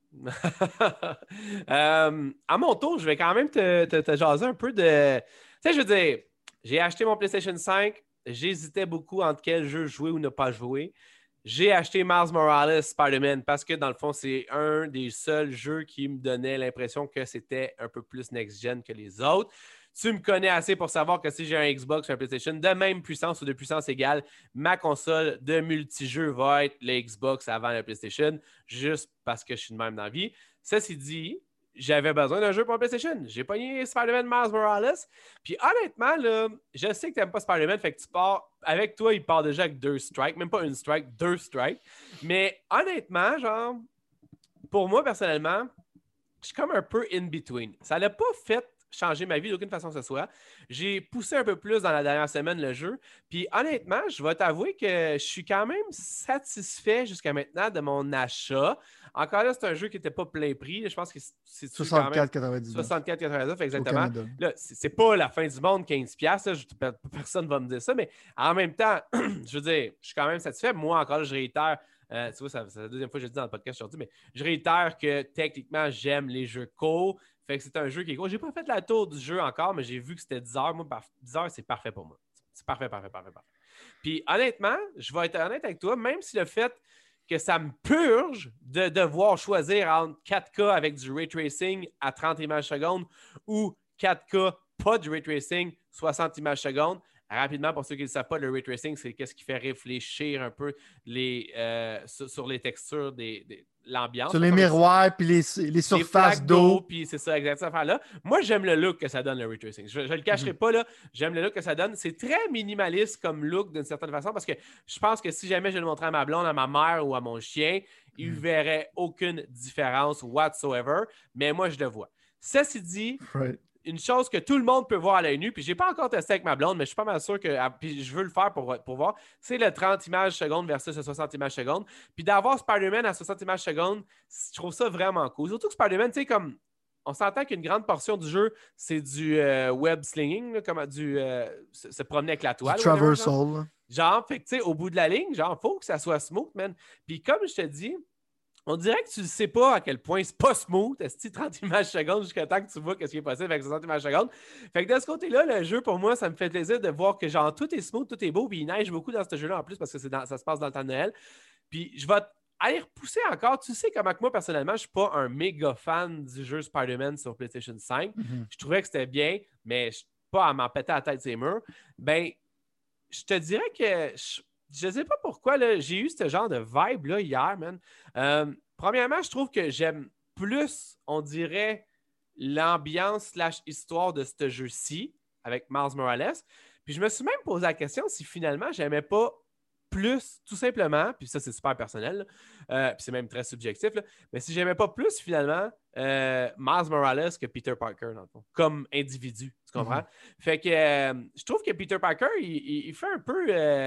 Speaker 1: à mon tour, je vais quand même te jaser un peu de. Tu sais, je veux dire, j'ai acheté mon PlayStation 5, j'hésitais beaucoup entre quel jeu jouer ou ne pas jouer. J'ai acheté Miles Morales Spider-Man parce que dans le fond, c'est un des seuls jeux qui me donnait l'impression que c'était un peu plus next-gen que les autres. Tu me connais assez pour savoir que si j'ai un Xbox ou un PlayStation de même puissance ou de puissance égale, ma console de multijeux va être le Xbox avant la PlayStation, juste parce que je suis de même dans la vie. Ceci dit, j'avais besoin d'un jeu pour PlayStation. J'ai pogné Spider-Man Miles Morales. Puis honnêtement, là, je sais que tu n'aimes pas Spider-Man, fait que tu pars avec toi, il part déjà avec 2 strikes, même pas une strike, 2 strikes. Mais honnêtement, genre, pour moi personnellement, je suis comme un peu in between. Ça l'a pas fait changer ma vie d'aucune façon que ce soit. J'ai poussé un peu plus dans la dernière semaine le jeu. Puis honnêtement, je vais t'avouer que je suis quand même satisfait jusqu'à maintenant de mon achat. Encore là, c'est un jeu qui n'était pas plein prix. Je pense que c'est
Speaker 2: 64,99.
Speaker 1: 64,99, exactement. Là, c'est pas la fin du monde, 15$. Personne ne va me dire ça. Mais en même temps, je veux dire, je suis quand même satisfait. Moi, encore là, je réitère. Tu vois, c'est la deuxième fois que je le dis dans le podcast aujourd'hui, mais je réitère que techniquement, j'aime les jeux courts. Fait que c'est un jeu qui est gros. J'ai pas fait la tour du jeu encore, mais j'ai vu que c'était 10 heures. Moi, 10 heures, c'est parfait pour moi. C'est parfait. Puis honnêtement, je vais être honnête avec toi, même si le fait que ça me purge de devoir choisir entre 4K avec du ray tracing à 30 images secondes ou 4K pas de ray tracing, 60 images secondes. Rapidement, pour ceux qui ne le savent pas, le ray tracing, c'est ce qui fait réfléchir un peu sur les textures de l'ambiance.
Speaker 2: Sur les miroirs, puis les surfaces d'eau.
Speaker 1: Puis c'est ça, exactement, cette affaire-là. Moi, j'aime le look que ça donne, le ray tracing. Je ne le cacherai pas, là. J'aime le look que ça donne. C'est très minimaliste comme look, d'une certaine façon, parce que je pense que si jamais je le montrais à ma blonde, à ma mère ou à mon chien, ils ne verraient aucune différence whatsoever. Mais moi, je le vois. Ceci dit, une chose que tout le monde peut voir à l'œil nu, puis je n'ai pas encore testé avec ma blonde, mais je suis pas mal sûr que puis je veux le faire pour voir, c'est le 30 images secondes versus le 60 images secondes. Puis d'avoir Spider-Man à 60 images secondes, je trouve ça vraiment cool. Surtout que Spider-Man, tu sais, comme on s'entend qu'une grande portion du jeu, c'est du web slinging, là, comme se promener avec la toile.
Speaker 2: Du traversal.
Speaker 1: Genre, fait que tu sais, au bout de la ligne, genre, faut que ça soit smooth, man. Puis comme je te dis, on dirait que tu ne sais pas à quel point c'est pas smooth, est-ce 30 images secondes jusqu'à temps que tu vois ce qui est possible avec 60 images secondes. Fait que de ce côté-là, le jeu, pour moi, ça me fait plaisir de voir que genre tout est smooth, tout est beau, puis il neige beaucoup dans ce jeu-là en plus parce que ça se passe dans le temps de Noël. Puis je vais aller repousser encore. Tu sais comment que moi, personnellement, je ne suis pas un méga fan du jeu Spider-Man sur PlayStation 5. Je trouvais que c'était bien, mais je ne suis pas à m'en péter la tête ces murs. Ben, je te dirais que je ne sais pas pourquoi, là, j'ai eu ce genre de vibe-là hier, man. Premièrement, je trouve que j'aime plus, on dirait, l'ambiance / histoire de ce jeu-ci avec Miles Morales. Puis je me suis même posé la question si finalement, j'aimais pas plus, tout simplement, puis ça, c'est super personnel, puis c'est même très subjectif, là, mais si j'aimais pas plus, finalement, Miles Morales que Peter Parker, dans le fond, comme individu, tu comprends? Fait que je trouve que Peter Parker, il fait un peu...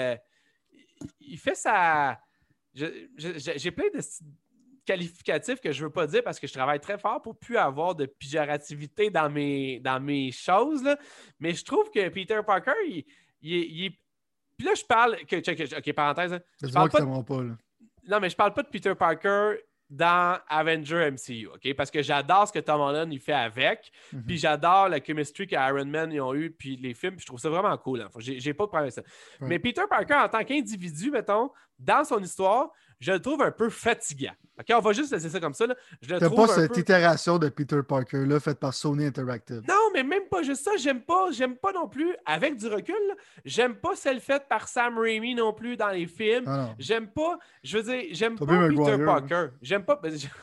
Speaker 1: il fait sa... J'ai plein de qualificatifs que je veux pas dire parce que je travaille très fort pour plus avoir de péjorativité dans mes choses, là. Mais je trouve que Peter Parker, il est... Puis là, je parle... OK, parenthèse. Hein.
Speaker 2: Je parle pas, là.
Speaker 1: Non, mais je parle pas de Peter Parker dans Avenger MCU, OK? Parce que j'adore ce que Tom Holland il fait avec, puis j'adore la chemistry qu'Iron Man ils ont eu, puis les films, puis je trouve ça vraiment cool. Hein. J'ai pas de problème avec ça. Mais Peter Parker, en tant qu'individu, mettons, dans son histoire, je le trouve un peu fatigant. OK, on va juste laisser ça comme ça. Là.
Speaker 2: T'as pas cette itération de Peter Parker-là faite par Sony Interactive.
Speaker 1: Non, mais même pas juste ça. J'aime pas non plus, avec du recul, j'aime pas celle faite par Sam Raimi non plus dans les films. J'aime pas, je veux dire, j'aime pas Peter Parker. J'aime pas...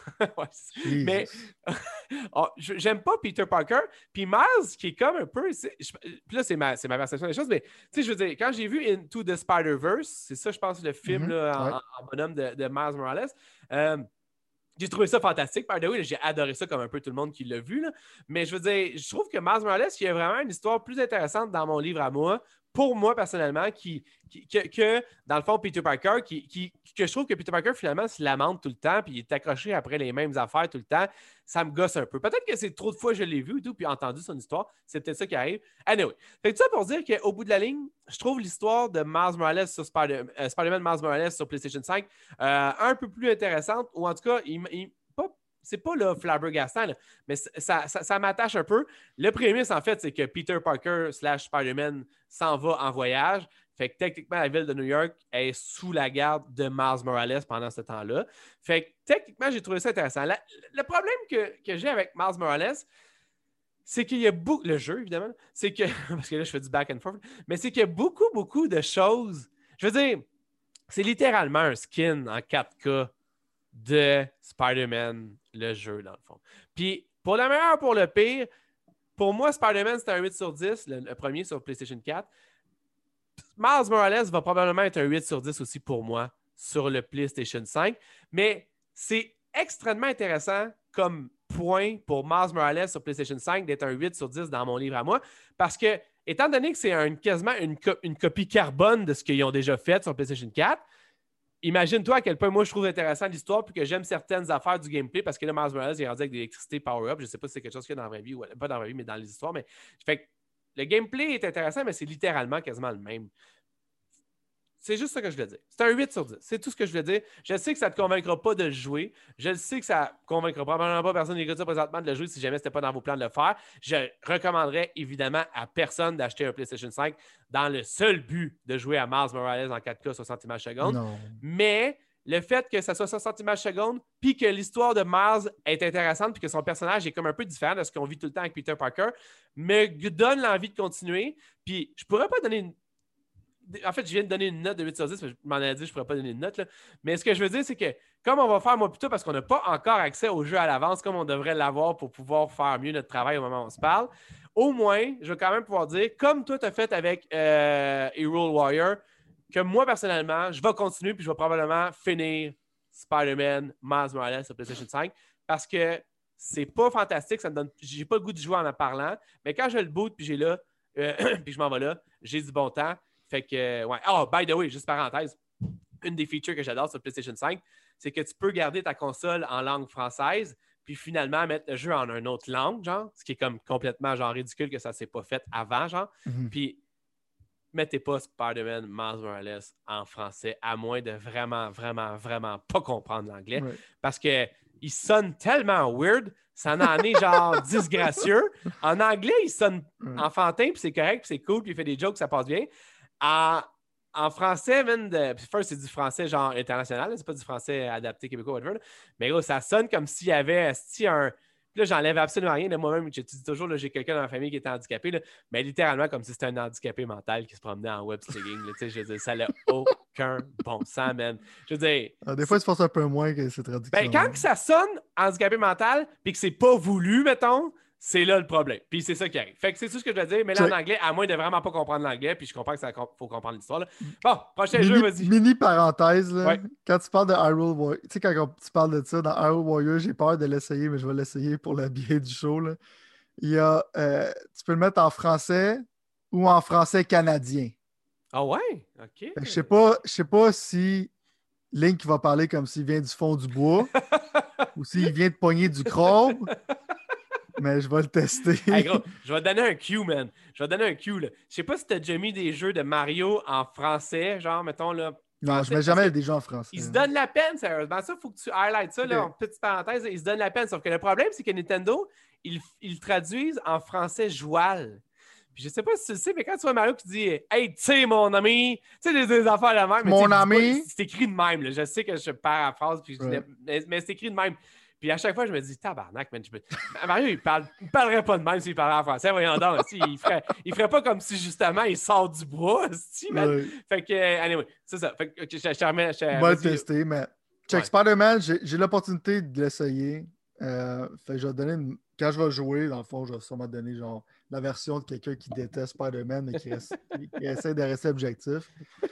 Speaker 1: mais j'aime pas Peter Parker. Puis Miles, qui est comme un peu... Puis là, c'est ma perception des choses, mais tu sais, je veux dire, quand j'ai vu Into the Spider-Verse, c'est ça, je pense, le film là, en bonhomme de Miles Morales, j'ai trouvé ça fantastique. By the way, j'ai adoré ça comme un peu tout le monde qui l'a vu. Là. Mais je veux dire, je trouve que Miles Morales, il y a vraiment une histoire plus intéressante dans mon livre à moi pour moi, personnellement, que dans le fond, Peter Parker, que je trouve que Peter Parker, finalement, se lamente tout le temps, puis il est accroché après les mêmes affaires tout le temps, ça me gosse un peu. Peut-être que c'est trop de fois que je l'ai vu et tout, puis entendu son histoire. C'est peut-être ça qui arrive. Anyway. Fait que ça pour dire qu'au bout de la ligne, je trouve l'histoire de Miles Morales sur Spider-Man Miles Morales sur PlayStation 5 un peu plus intéressante, ou en tout cas, c'est pas là, flabbergastant, là, mais ça m'attache un peu. Le prémisse, en fait, c'est que Peter Parker / Spider-Man s'en va en voyage. Fait que techniquement, la ville de New York est sous la garde de Miles Morales pendant ce temps-là. Fait que techniquement, j'ai trouvé ça intéressant. Le problème que j'ai avec Miles Morales, c'est qu'il y a beaucoup... Le jeu, évidemment, c'est que... Parce que là, je fais du back and forth. Mais c'est qu'il y a beaucoup, beaucoup de choses... Je veux dire, c'est littéralement un skin en 4K de Spider-Man, le jeu, dans le fond. Puis, pour le meilleur, pour le pire, pour moi, Spider-Man, c'était un 8 sur 10, le premier sur PlayStation 4. Miles Morales va probablement être un 8 sur 10 aussi pour moi sur le PlayStation 5. Mais c'est extrêmement intéressant comme point pour Miles Morales sur PlayStation 5 d'être un 8 sur 10 dans mon livre à moi. Parce que, étant donné que c'est quasiment une copie carbone de ce qu'ils ont déjà fait sur PlayStation 4, imagine-toi à quel point moi je trouve intéressant l'histoire puis que j'aime certaines affaires du gameplay parce que là, Miles Morales est rendu avec de l'électricité power-up. Je ne sais pas si c'est quelque chose qu'il y a dans la vraie vie ou pas dans la vraie vie, mais dans les histoires. Mais fait que le gameplay est intéressant, mais c'est littéralement quasiment le même. C'est juste ça que je voulais dire. C'est un 8 sur 10. C'est tout ce que je voulais dire. Je sais que ça ne te convaincra pas de le jouer. Je sais que ça ne convaincra probablement pas personne qui écoute ça présentement de le jouer si jamais ce n'était pas dans vos plans de le faire. Je recommanderais évidemment à personne d'acheter un PlayStation 5 dans le seul but de jouer à Miles Morales en 4K 60 images secondes.
Speaker 2: Non.
Speaker 1: Mais le fait que ça soit 60 images secondes, puis que l'histoire de Miles est intéressante, puis que son personnage est comme un peu différent de ce qu'on vit tout le temps avec Peter Parker, me donne l'envie de continuer. Puis je pourrais pas donner une... En fait, je viens de donner une note de 8 sur 10, mais je m'en ai dit que je ne pourrais pas donner une note. Là. Mais ce que je veux dire, c'est que comme on va faire moi plutôt parce qu'on n'a pas encore accès au jeu à l'avance, comme on devrait l'avoir pour pouvoir faire mieux notre travail au moment où on se parle, au moins, je vais quand même pouvoir dire, comme toi, tu as fait avec Hero Warrior, que moi, personnellement, je vais continuer puis je vais probablement finir Spider-Man Miles Morales sur PlayStation 5 parce que c'est pas fantastique, ça me donne... J'ai pas le goût de jouer en parlant, mais quand je le boot puis j'ai là, puis je m'en vais là, j'ai du bon temps. Fait que, ouais. Oh, by the way, juste parenthèse, une des features que j'adore sur PlayStation 5, c'est que tu peux garder ta console en langue française, puis finalement mettre le jeu en une autre langue, genre, ce qui est comme complètement, genre, ridicule que ça ne s'est pas fait avant, genre. Puis, mettez pas Spider-Man Miles Morales en français, à moins de vraiment, vraiment, vraiment pas comprendre l'anglais, parce que il sonne tellement weird, ça en est genre disgracieux. En anglais, il sonne enfantin, puis c'est correct, puis c'est cool, puis il fait des jokes, ça passe bien. En français, first, c'est du français genre international, là, c'est pas du français adapté québécois, whatever. Là. Mais gros, ça sonne comme s'il y avait un. Puis là, j'enlève absolument rien de moi-même. Je te dis toujours, là, j'ai quelqu'un dans ma famille qui était handicapé, là, mais littéralement comme si c'était un handicapé mental qui se promenait en web slinging. Je veux dire, ça n'a aucun bon sens, man. Je veux dire.
Speaker 2: Des fois, tu penses un peu moins que c'est traduction.
Speaker 1: Ben, quand ça sonne handicapé mental, puis que c'est pas voulu, mettons. C'est là le problème. Puis c'est ça qui arrive. Fait que c'est tout ce que je dois dire. Mais là, en anglais, à moins de vraiment pas comprendre l'anglais, puis je comprends qu'il faut comprendre l'histoire. Là. Bon, prochain jeu, vas-y.
Speaker 2: Mini parenthèse, là. Ouais. Quand tu parles de Hyrule Warrior, tu sais, quand tu parles de ça, dans Hyrule Warrior, j'ai peur de l'essayer, mais je vais l'essayer pour le biais du show. Là. Il y a, tu peux le mettre en français ou en français canadien.
Speaker 1: Ah ouais? OK.
Speaker 2: Je sais pas si Link va parler comme s'il vient du fond du bois ou s'il vient de pogner du crabe. Mais je vais le tester.
Speaker 1: Hey, gros, je vais te donner un cue, man. Je vais te donner un cue, là. Je sais pas si t'as déjà mis des jeux de Mario en français, genre, mettons, là.
Speaker 2: Non, je mets jamais des jeux en français.
Speaker 1: Ils se donnent la peine, sérieusement. Ça, il faut que tu highlights ça, là, en petite parenthèse. Ils se donnent la peine. Sauf que le problème, c'est que Nintendo, ils traduisent en français joual. Puis je sais pas si tu le sais, mais quand tu vois Mario qui dit « Hey, tu sais, mon ami! » Tu sais, des affaires de même.
Speaker 2: Mon ami!
Speaker 1: C'est écrit de même, là. Je sais que je paraphrase, puis mais c'est écrit de même. Puis à chaque fois, je me dis, tabarnak, man. Mario, il parlerait pas de même s'il parlait en français. Voyons donc, il ferait pas comme si justement il sort du bois. Man. Fait que, anyway, c'est ça. Fait que je
Speaker 2: vais le tester, mais check Spider-Man, j'ai l'opportunité de l'essayer. Fait que je vais donner quand je vais jouer, dans le fond, je vais sûrement donner genre la version de quelqu'un qui déteste Spider-Man mais qui essaie de rester objectif.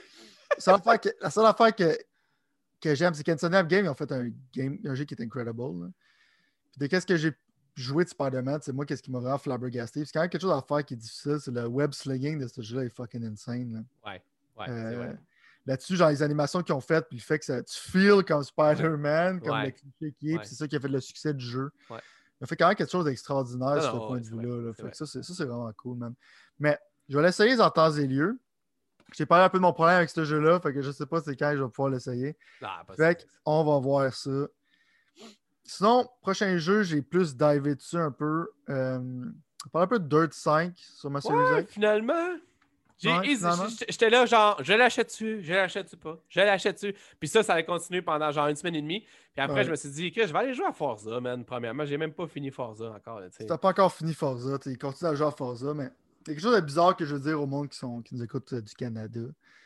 Speaker 2: La seule affaire que j'aime, c'est qu'Insomniac Game, ils ont fait un jeu qui est incredible. Là. Puis de qu'est-ce que j'ai jouer de Spider-Man, c'est moi, qu'est-ce qui m'a vraiment flabbergasté. C'est quand même quelque chose à faire qui est difficile, c'est le web slinging de ce jeu-là est fucking insane. Là.
Speaker 1: Ouais, c'est vrai.
Speaker 2: Là-dessus, genre les animations qu'ils ont faites, puis le fait que tu feels comme Spider-Man, comme le cliché qui est, puis c'est ça qui a fait le succès du jeu. Ça fait quand même quelque chose d'extraordinaire sur ce point de vue-là. Fait que ça, c'est vraiment cool, man. Mais je vais l'essayer en temps et lieu. J'ai parlé un peu de mon problème avec ce jeu-là, fait que je sais pas c'est quand je vais pouvoir l'essayer. Fait qu'on va voir ça. Sinon, prochain jeu, j'ai plus divé dessus un peu. On parle un peu de Dirt 5 sur ma Series X.
Speaker 1: Finalement. J'étais là, genre, je l'achète-tu pas? Je l'achète-tu? Puis ça allait continuer pendant genre 1 semaine et demie. Puis après, je me suis dit que je vais aller jouer à Forza, man. Premièrement, j'ai même pas fini Forza encore.
Speaker 2: T'as pas encore fini Forza, tu continues à jouer à Forza, mais il y a quelque chose de bizarre que je veux dire au monde qui nous écoute du Canada.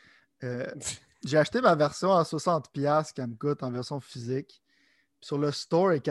Speaker 2: J'ai acheté ma version à 60$ qu'elle me coûte en version physique. Puis sur le store, elle est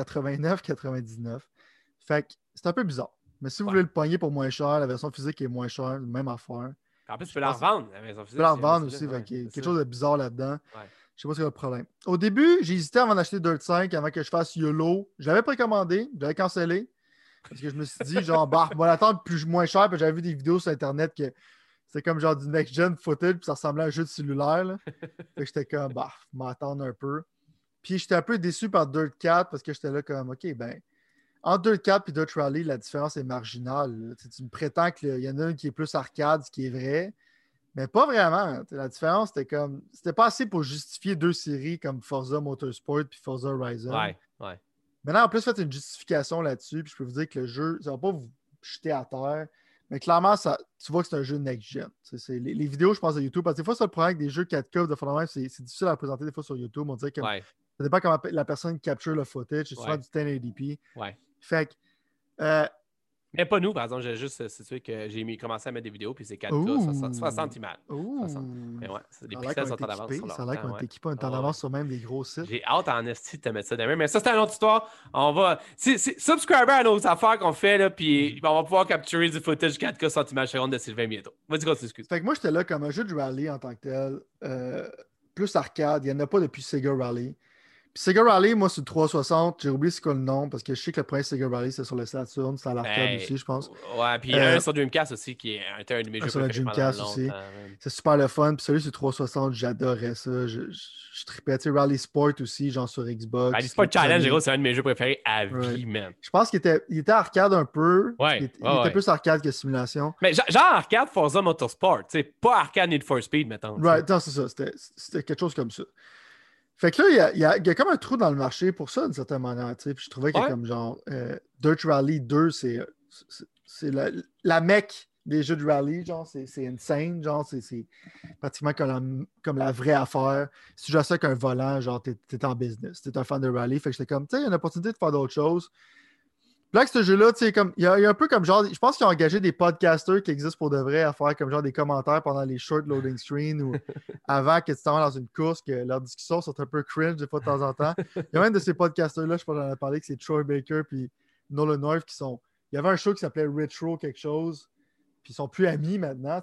Speaker 2: 89,99$. Fait que c'est un peu bizarre. Mais si vous voulez le pogner pour moins cher, la version physique est moins chère, même affaire.
Speaker 1: En plus, tu peux la revendre.
Speaker 2: Tu peux la revendre aussi. Quelque chose de bizarre là-dedans. Je sais pas ce qu'il y a le problème. Au début, j'ai hésité avant d'acheter Dirt 5 avant que je fasse YOLO. Je l'avais précommandé, je l'avais cancellé. Parce que je me suis dit, genre, moi, l'attendre moins cher. Puis j'avais vu des vidéos sur Internet que c'était comme genre du next-gen footage. Puis ça ressemblait à un jeu de cellulaire. Là. Fait que j'étais comme, m'attendre un peu. Puis j'étais un peu déçu par Dirt 4 parce que j'étais là comme, OK, ben, entre Dirt 4 et Dirt Rally, la différence est marginale. Tu me prétends qu'il y en a une qui est plus arcade, ce qui est vrai. Mais pas vraiment. La différence, c'était pas assez pour justifier deux séries comme Forza Motorsport puis Forza Horizon. Maintenant, en plus, faites une justification là-dessus. Puis je peux vous dire que le jeu, ça va pas vous jeter à terre. Mais clairement, tu vois que c'est un jeu next-gen. Les vidéos, je pense, de YouTube. Parce que des fois, c'est le problème avec des jeux 4K de fondamentalement, c'est difficile à présenter des fois sur YouTube. On dirait que ça dépend comment la personne capture le footage. C'est souvent du 1080p. Fait que.
Speaker 1: Mais pas nous, par exemple. J'ai juste situé que j'ai commencé à mettre des vidéos, puis c'est 4K, 60 images. Mais des pixels sont en avance sur leur
Speaker 2: ça a l'air qu'on est équipé, on est en avance sur même des gros sites.
Speaker 1: J'ai hâte en esti de te mettre ça demain. Mais ça, c'est une autre histoire. On va... Subscriber à nos affaires qu'on fait, là, puis on va pouvoir capturer du footage 4K 60 images secondes de Sylvain bientôt. Vas-y, continue, excuse.
Speaker 2: Fait que moi, j'étais là comme un jeu de rallye en tant que tel. Plus arcade. Il n'y en a pas depuis Sega Rally. Puis Sega Rally, moi, sur le 360, j'ai oublié c'est quoi le nom, parce que je sais que le premier Sega Rally, c'est sur le Saturn, c'est à l'arcade aussi, je pense.
Speaker 1: Ouais, puis un sur Dreamcast aussi, qui est un de mes jeux préférés.
Speaker 2: Sur le Dreamcast aussi. C'est super le fun. Puis celui sur 360, j'adorais ça. Je tripais. Tu sais, Rally Sport aussi, genre sur Xbox.
Speaker 1: Rally Sport Challenge, c'est un de mes jeux préférés à vie, man.
Speaker 2: Je pense qu'il était arcade un peu. Il était plus arcade que simulation.
Speaker 1: Mais genre arcade Forza Motorsport, tu sais, pas arcade Need for Speed, mettons.
Speaker 2: Right, non, c'est ça. C'était quelque chose comme ça. Fait que là, il y a comme un trou dans le marché pour ça, d'une certaine manière. Puis je trouvais que comme genre Dirt Rally 2, c'est la mecque des jeux de rally. Genre, c'est insane. Genre, c'est pratiquement comme la vraie affaire. Si tu joues à ça avec un volant, genre, t'es en business. T'es un fan de rally. Fait que j'étais comme, tu sais, il y a une opportunité de faire d'autres choses. Puis là, avec ce jeu-là, tu sais, comme il y a un peu comme genre, je pense qu'ils ont engagé des podcasters qui existent pour de vrai à faire comme genre des commentaires pendant les short loading screens ou avant que tu t'en vas dans une course, que leurs discussions sont un peu cringe des fois de temps en temps. Il y a même de ces podcasters-là, je pense que j'en ai parlé, que c'est Troy Baker puis Nolan North qui sont. Il y avait un show qui s'appelait Retro quelque chose, puis ils sont plus amis maintenant.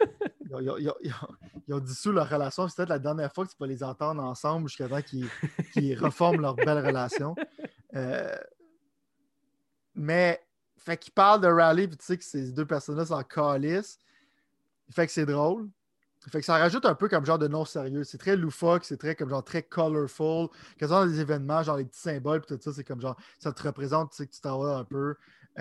Speaker 2: Ils ont dissous leur relation. C'est peut-être la dernière fois que tu peux les entendre ensemble jusqu'à temps qu'ils reforment leur belle relation. Mais, fait qu'il parle de rallye, puis tu sais que ces deux personnes-là sont en calice. Fait que c'est drôle. Fait que ça rajoute un peu comme genre de non-sérieux. C'est très loufoque, c'est très comme genre très colorful. Quand on a des événements, genre les petits symboles, puis tout ça, c'est comme genre, ça te représente, tu sais, que tu t'en vas un peu.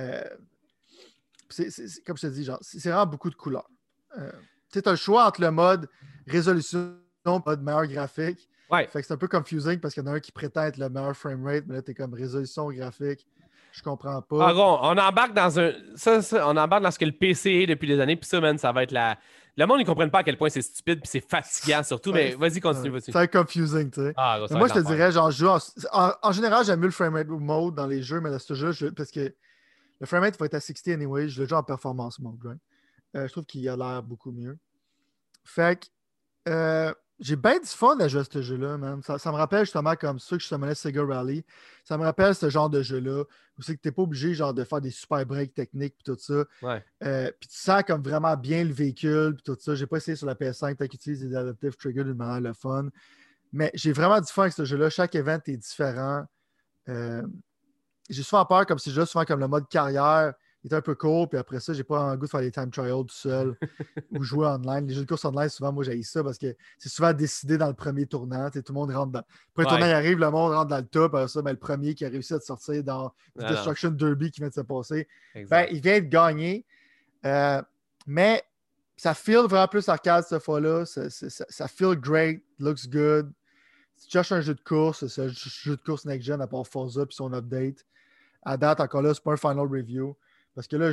Speaker 2: C'est, comme je te dis, genre, c'est vraiment beaucoup de couleurs. Tu sais, t'as le choix entre le mode résolution, le mode meilleur graphique. Fait que c'est un peu confusing parce qu'il y en a un qui prétend être le meilleur framerate, mais là, t'es comme résolution graphique. Je comprends pas.
Speaker 1: Ah bon, on embarque dans on embarque dans ce que le PC est depuis des années, puis ça, man, ça va être le monde, ils comprennent pas à quel point c'est stupide, puis c'est fatigant surtout, mais vas-y, continue, vas-y.
Speaker 2: Ça va être confusing, tu sais. Moi, je te dirais, genre, en général, j'aime mieux le framerate mode dans les jeux, mais dans ce jeu, parce que le framerate va être à 60 anyway, je le joue en performance mode, right? Je trouve qu'il a l'air beaucoup mieux. Fait que j'ai bien du fun à jouer à ce jeu-là, man. Ça me rappelle justement comme ceux que je te Sega Rally. Ça me rappelle ce genre de jeu-là où c'est que tu n'es pas obligé genre, de faire des super breaks techniques et tout ça. Puis tu sens comme vraiment bien le véhicule et tout ça. J'ai pas essayé sur la PS5, peut-être qu'ils utilisent des adaptive triggers d'une manière le fun. Mais j'ai vraiment du fun avec ce jeu-là. Chaque event est différent. j'ai souvent peur, comme si je souvent comme le mode carrière est un peu court, puis après ça, j'ai pas un goût de faire des time trials tout seul ou jouer online. Les jeux de course online, souvent, moi, j'haïs ça parce que c'est souvent décidé dans le premier tournant. Tout le monde rentre dans. Après, le tournant il arrive, le monde rentre dans le top. Après ça, ben, le premier qui a réussi à te sortir dans du Destruction Derby qui vient de se passer, ben, il vient de gagner. Mais ça feel vraiment plus arcade cette fois-là. Ça feel great, looks good. Si tu cherches un jeu de course, c'est un jeu de course next-gen à part Forza puis son update. À date, encore là, c'est pas un final review. Parce que là,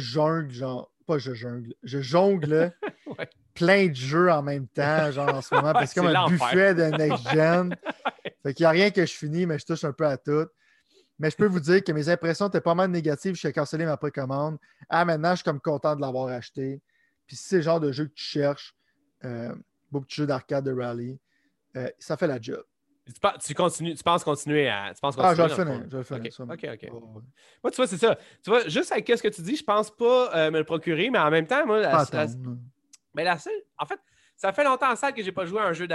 Speaker 2: je jongle
Speaker 1: ouais.
Speaker 2: plein de jeux en même temps, genre en ce moment. Parce que c'est comme un buffet de next-gen. Fait qu'il n'y a rien que je finis, mais je touche un peu à tout. Mais je peux vous dire que mes impressions étaient pas mal négatives. Je suis cancellé ma précommande. Maintenant, je suis comme content de l'avoir acheté. Puis si c'est le genre de jeu que tu cherches, beaucoup de jeux d'arcade de rallye, ça fait la job.
Speaker 1: Tu penses continuer à.
Speaker 2: Je vais le finir.
Speaker 1: OK. Moi, tu vois, c'est ça. Tu vois, juste avec ce que tu dis, je pense pas me le procurer, mais en même temps, moi, la seule. En fait, ça fait longtemps en salle que j'ai pas joué à un jeu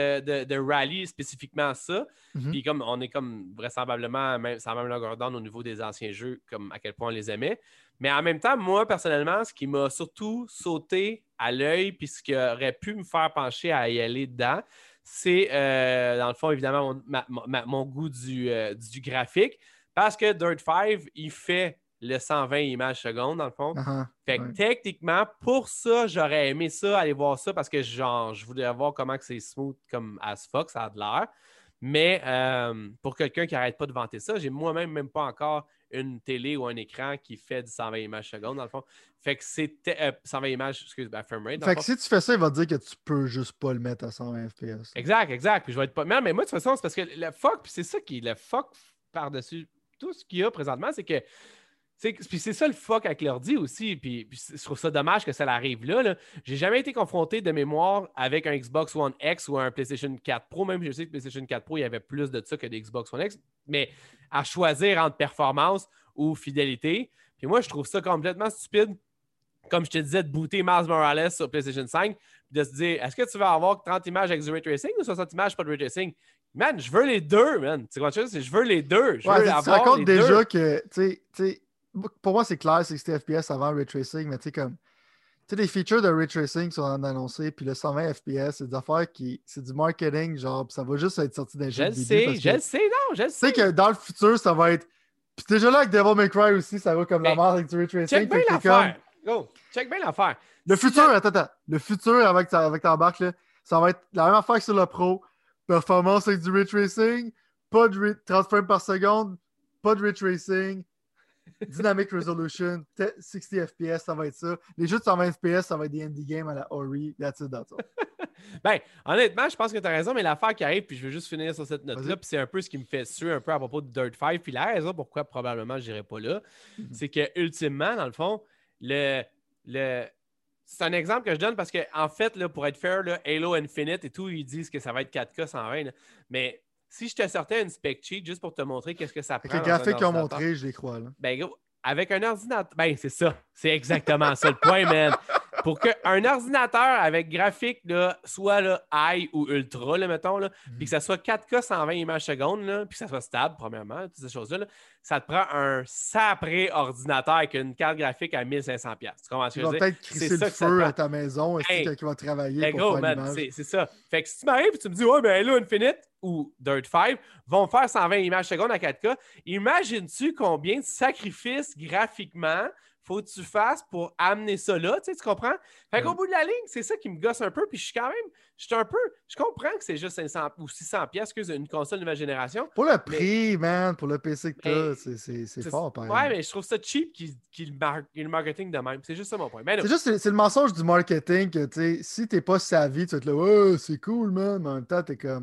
Speaker 1: de rallye spécifiquement ça. Puis comme on est comme vraisemblablement sans même longueur d'onde au niveau des anciens jeux, comme à quel point on les aimait. Mais en même temps, moi, personnellement, ce qui m'a surtout sauté à l'œil, puis ce qui aurait pu me faire pencher à y aller dedans, c'est, dans le fond, évidemment, mon goût du graphique. Parce que Dirt 5, il fait le 120 images secondes, dans le fond. Fait que techniquement, pour ça, j'aurais aimé ça, aller voir ça, parce que genre, je voulais voir comment que c'est smooth comme as fuck, ça a de l'air. Mais pour quelqu'un qui n'arrête pas de vanter ça, j'ai moi-même même pas encore une télé ou un écran qui fait du 120 images secondes, dans le fond. Fait que c'était 120 images, framerate.
Speaker 2: Fait que si tu fais ça, il va te dire que tu peux juste pas le mettre à 120 FPS.
Speaker 1: Exact. Puis je vais être pas. Mais moi, de toute façon, c'est parce que le fuck, puis c'est ça qui est le fuck par-dessus tout ce qu'il y a présentement, c'est que. Puis c'est ça le fuck avec l'ordi aussi. Puis je trouve ça dommage que ça arrive là. J'ai jamais été confronté de mémoire avec un Xbox One X ou un PlayStation 4 Pro. Même je sais que PlayStation 4 Pro, il y avait plus de ça que des Xbox One X. Mais à choisir entre performance ou fidélité. Puis moi, je trouve ça complètement stupide. Comme je te disais, de booter Miles Morales sur PlayStation 5, de se dire, est-ce que tu vas avoir 30 images avec du ray tracing ou 60 images pas de ray tracing? Man, je veux les deux, man. Tu sais quoi, je veux les deux. Je veux avoir
Speaker 2: tu racontes
Speaker 1: les
Speaker 2: déjà
Speaker 1: deux.
Speaker 2: que, tu sais, pour moi, c'est clair, 60 FPS avant ray tracing, mais tu sais, comme, tu sais, les features de ray tracing sont annoncées, puis le 120 FPS, c'est des affaires c'est du marketing, genre, ça va juste être sorti d'un jeu de début.
Speaker 1: Je le sais.
Speaker 2: Tu sais que dans le futur, ça va être. Puis déjà là, avec Devil May Cry aussi, ça va comme la mort avec du ray tracing.
Speaker 1: Check bien l'affaire. Go, check bien l'affaire.
Speaker 2: Le futur, attends. Le futur avec ta embarque, là, ça va être la même affaire que sur le Pro. Performance avec du ray tracing, pas de 30 frames par seconde, pas de ray tracing, dynamic resolution, 60 FPS, ça va être ça. Les jeux de 120 FPS, ça va être des indie games à la Ori. That's it.
Speaker 1: Ben, honnêtement, je pense que tu as raison, mais l'affaire qui arrive, puis je veux juste finir sur cette note-là, puis c'est un peu ce qui me fait suer un peu à propos de Dirt 5, puis la raison pourquoi probablement je n'irai pas là, c'est que ultimement, dans le fond, c'est un exemple que je donne parce que en fait, là, pour être fair, là, Halo Infinite et tout, ils disent que ça va être 4K 120, là, mais si je te sortais une spec sheet juste pour te montrer qu'est-ce que ça prend.
Speaker 2: Avec les graphiques qu'ils ont montré, je les crois. Là.
Speaker 1: Ben, avec un ordinateur, ben c'est ça. C'est exactement ça le point, man. Pour qu'un ordinateur avec graphique là, soit là, high ou ultra, là, mettons, là, puis que ça soit 4K 120 images secondes, là, puis que ça soit stable, premièrement, toutes ces choses-là, là, ça te prend un sapré ordinateur avec une carte graphique à 1500$. Tu comprends ce que je veux dire?
Speaker 2: Tu vas peut-être crisser le feu à ta maison, est-ce que tu vas travailler pour faire l'image?
Speaker 1: C'est ça. Fait que si tu m'arrives et tu me dis, ouais, ben Halo Infinite ou Dirt 5 vont faire 120 images secondes à 4K, imagines-tu combien de sacrifices graphiquement faut que tu fasses pour amener ça là, tu comprends? Fait qu'au bout de la ligne, c'est ça qui me gosse un peu, puis je comprends que c'est juste 500 ou 600$ que une console de nouvelle génération.
Speaker 2: Pour le prix, man, pour le PC que t'as, c'est fort, par exemple.
Speaker 1: Ouais, mais je trouve ça cheap le marketing de même. C'est juste ça mon point.
Speaker 2: C'est le mensonge du marketing que, tu sais, si t'es pas savvy, tu vas être là, ouais, c'est cool, man, mais en même temps, t'es comme...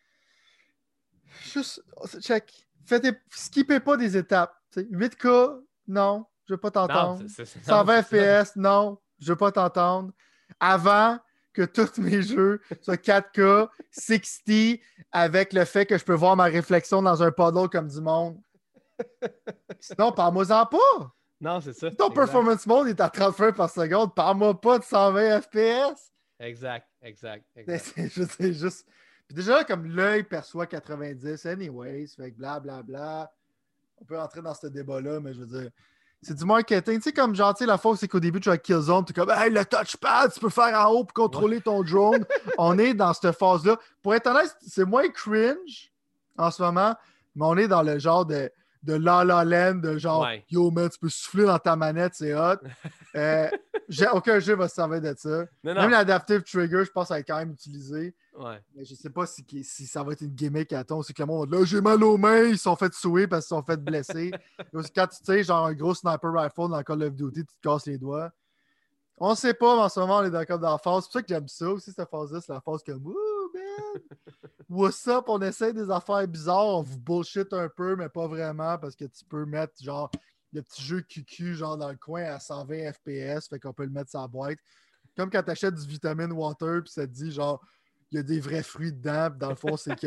Speaker 2: Juste, check. Skippez pas des étapes. T'sais. 8K, non. Je veux pas t'entendre. 120 FPS, non, je veux pas t'entendre. Avant que tous mes jeux soient 4K, 60, avec le fait que je peux voir ma réflexion dans un puddle comme du monde. Sinon, parle-moi-en pas.
Speaker 1: Non, c'est ça.
Speaker 2: Ton performance mode est à 30 frames par seconde. Parle-moi pas de 120 FPS.
Speaker 1: Exact.
Speaker 2: C'est juste... Puis déjà, comme l'œil perçoit 90 anyways, fait que blablabla. on peut rentrer dans ce débat-là, mais je veux dire, c'est du marketing. Tu sais, comme genre, tu sais, la fois, c'est qu'au début, tu as Killzone, tu es comme, hey, le touchpad, tu peux faire en haut pour contrôler ton drone. On est dans cette phase-là. Pour être honnête, c'est moins cringe en ce moment, mais on est dans le genre de La La Land, de genre, yo, man, tu peux souffler dans ta manette, c'est hot. Aucun jeu va se servir de ça.
Speaker 1: Non.
Speaker 2: Même l'Adaptive Trigger, je pense, ça va être quand même utilisé.
Speaker 1: Ouais.
Speaker 2: Mais je sais pas si ça va être une gimmick à ton. C'est que le monde, là, j'ai mal aux mains, ils se sont fait tuer parce qu'ils se sont fait blesser. Quand tu sais, genre un gros sniper rifle dans Call of Duty, tu te casses les doigts. On sait pas, mais en ce moment, on est dans la phase. C'est pour ça que j'aime ça aussi, cette phase-là. C'est la phase comme, wouh, man! What's up? On essaie des affaires bizarres, on vous bullshit un peu, mais pas vraiment, parce que tu peux mettre, genre, le petit jeu QQ, genre, dans le coin à 120 FPS, fait qu'on peut le mettre sur la boîte. Comme quand tu achètes du Vitamin Water, puis ça te dit, genre, il y a des vrais fruits dedans, puis dans le fond, c'est que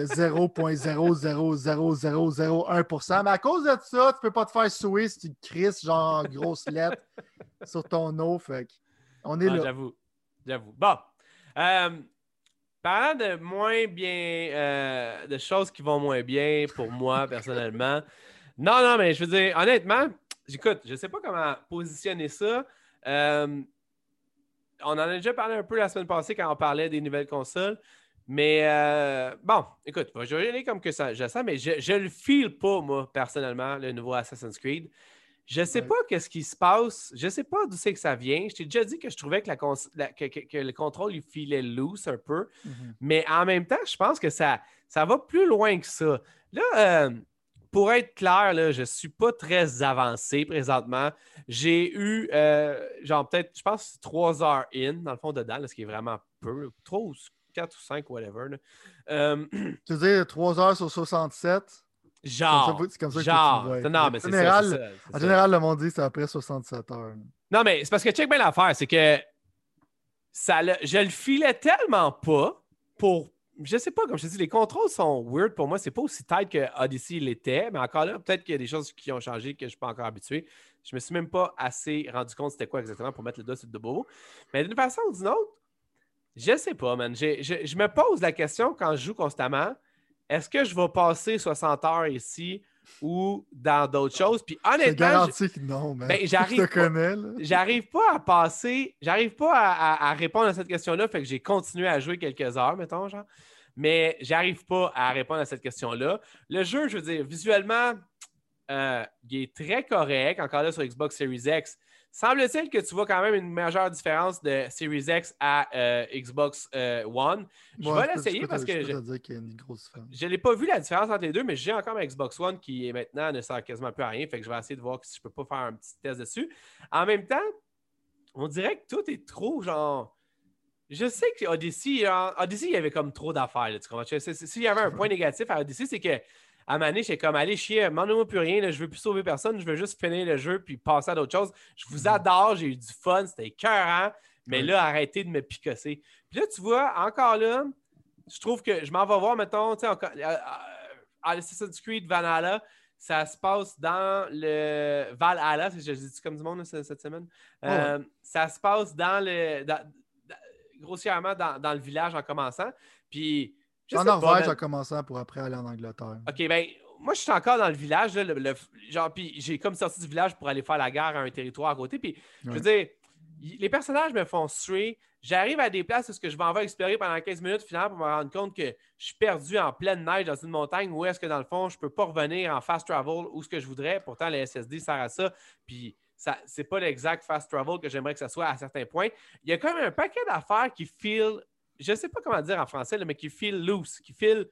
Speaker 2: 0,00001%. Mais à cause de ça, tu peux pas te faire souiller si tu crisses, genre, en grosses lettres sur ton eau, fait on est là.
Speaker 1: J'avoue. Bon. Parlant de moins bien, de choses qui vont moins bien pour moi, personnellement. Non, mais je veux dire, honnêtement, j'écoute, je sais pas comment positionner ça. On en a déjà parlé un peu la semaine passée quand on parlait des nouvelles consoles. Mais bon, écoute, je vais y aller comme que ça, je sens, mais je le feel pas, moi, personnellement, le nouveau Assassin's Creed. Je sais pas qu'est-ce qui se passe. Je sais pas d'où c'est que ça vient. Je t'ai déjà dit que je trouvais que, que le contrôle, il filait loose un peu. Mm-hmm. Mais en même temps, je pense que ça va plus loin que ça. Là, pour être clair, là, je suis pas très avancé présentement. J'ai eu, genre peut-être, je pense, 3 heures dans le fond dedans, là, ce qui est vraiment peu. 3 ou 4 ou 5, whatever.
Speaker 2: Tu veux dire 3 heures sur 67?
Speaker 1: Genre.
Speaker 2: C'est comme ça que tu vois.
Speaker 1: Non, mais c'est ça.
Speaker 2: En général, le monde dit que c'est après 67 heures.
Speaker 1: Non, mais c'est parce que check bien l'affaire, c'est que je le filais tellement pas pour. Je sais pas, comme je te dis, les contrôles sont weird pour moi. C'est pas aussi tight que Odyssey l'était, mais encore là, peut-être qu'il y a des choses qui ont changé que je suis pas encore habitué. Je me suis même pas assez rendu compte c'était quoi exactement pour mettre le doigt sur le bobo. Mais d'une façon ou d'une autre, je sais pas, man. Je me pose la question quand je joue constamment. Est-ce que je vais passer 60 heures ici ou dans d'autres choses? Puis honnêtement,
Speaker 2: je te garantis que non, man.
Speaker 1: Ben, j'arrive pas à passer, j'arrive pas à répondre à cette question-là, fait que j'ai continué à jouer quelques heures, mettons, genre. Mais j'arrive pas à répondre à cette question-là. Le jeu, je veux dire, visuellement, il est très correct, encore là sur Xbox Series X. Semble-t-il que tu vois quand même une majeure différence de Series X à Xbox One. Je vais l'essayer parce que je ne l'ai pas vu la différence entre les deux, mais j'ai encore ma Xbox One qui maintenant ne sert quasiment plus à rien. Fait que je vais essayer de voir si je peux pas faire un petit test dessus. En même temps, on dirait que tout est trop genre. Je sais que Odyssey, il y avait comme trop d'affaires. Tu comprends? S'il y avait un point négatif à Odyssey, c'est que à un moment donné, j'étais comme, allez chier, demandez-moi plus rien, là, je veux plus sauver personne, je veux juste finir le jeu puis passer à d'autres choses. Je vous adore, j'ai eu du fun, c'était écœurant, mais là, arrêtez de me picosser. Puis là, tu vois, encore là, je trouve que je m'en vais voir, mettons, tu sais, Assassin's Creed Valhalla, ça se passe dans le Valhalla, je dis comme du monde là, cette semaine. Ça se passe grossièrement dans le village en commençant. Puis
Speaker 2: en Norvège en commençant pour après aller en Angleterre.
Speaker 1: OK, ben moi, je suis encore dans le village. Là, genre, puis j'ai comme sorti du village pour aller faire la guerre à un territoire à côté. Puis, je veux dire, les personnages me font suer. J'arrive à des places où je vais en explorer pendant 15 minutes finalement pour me rendre compte que je suis perdu en pleine neige dans une montagne où est-ce que, dans le fond, je peux pas revenir en fast travel où ce que je voudrais. Pourtant, le SSD sert à ça. Puis, c'est pas l'exact fast travel que j'aimerais que ça soit à certains points. Il y a quand même un paquet d'affaires qui feel... Je ne sais pas comment dire en français, là, mais qui feel loose, qui feel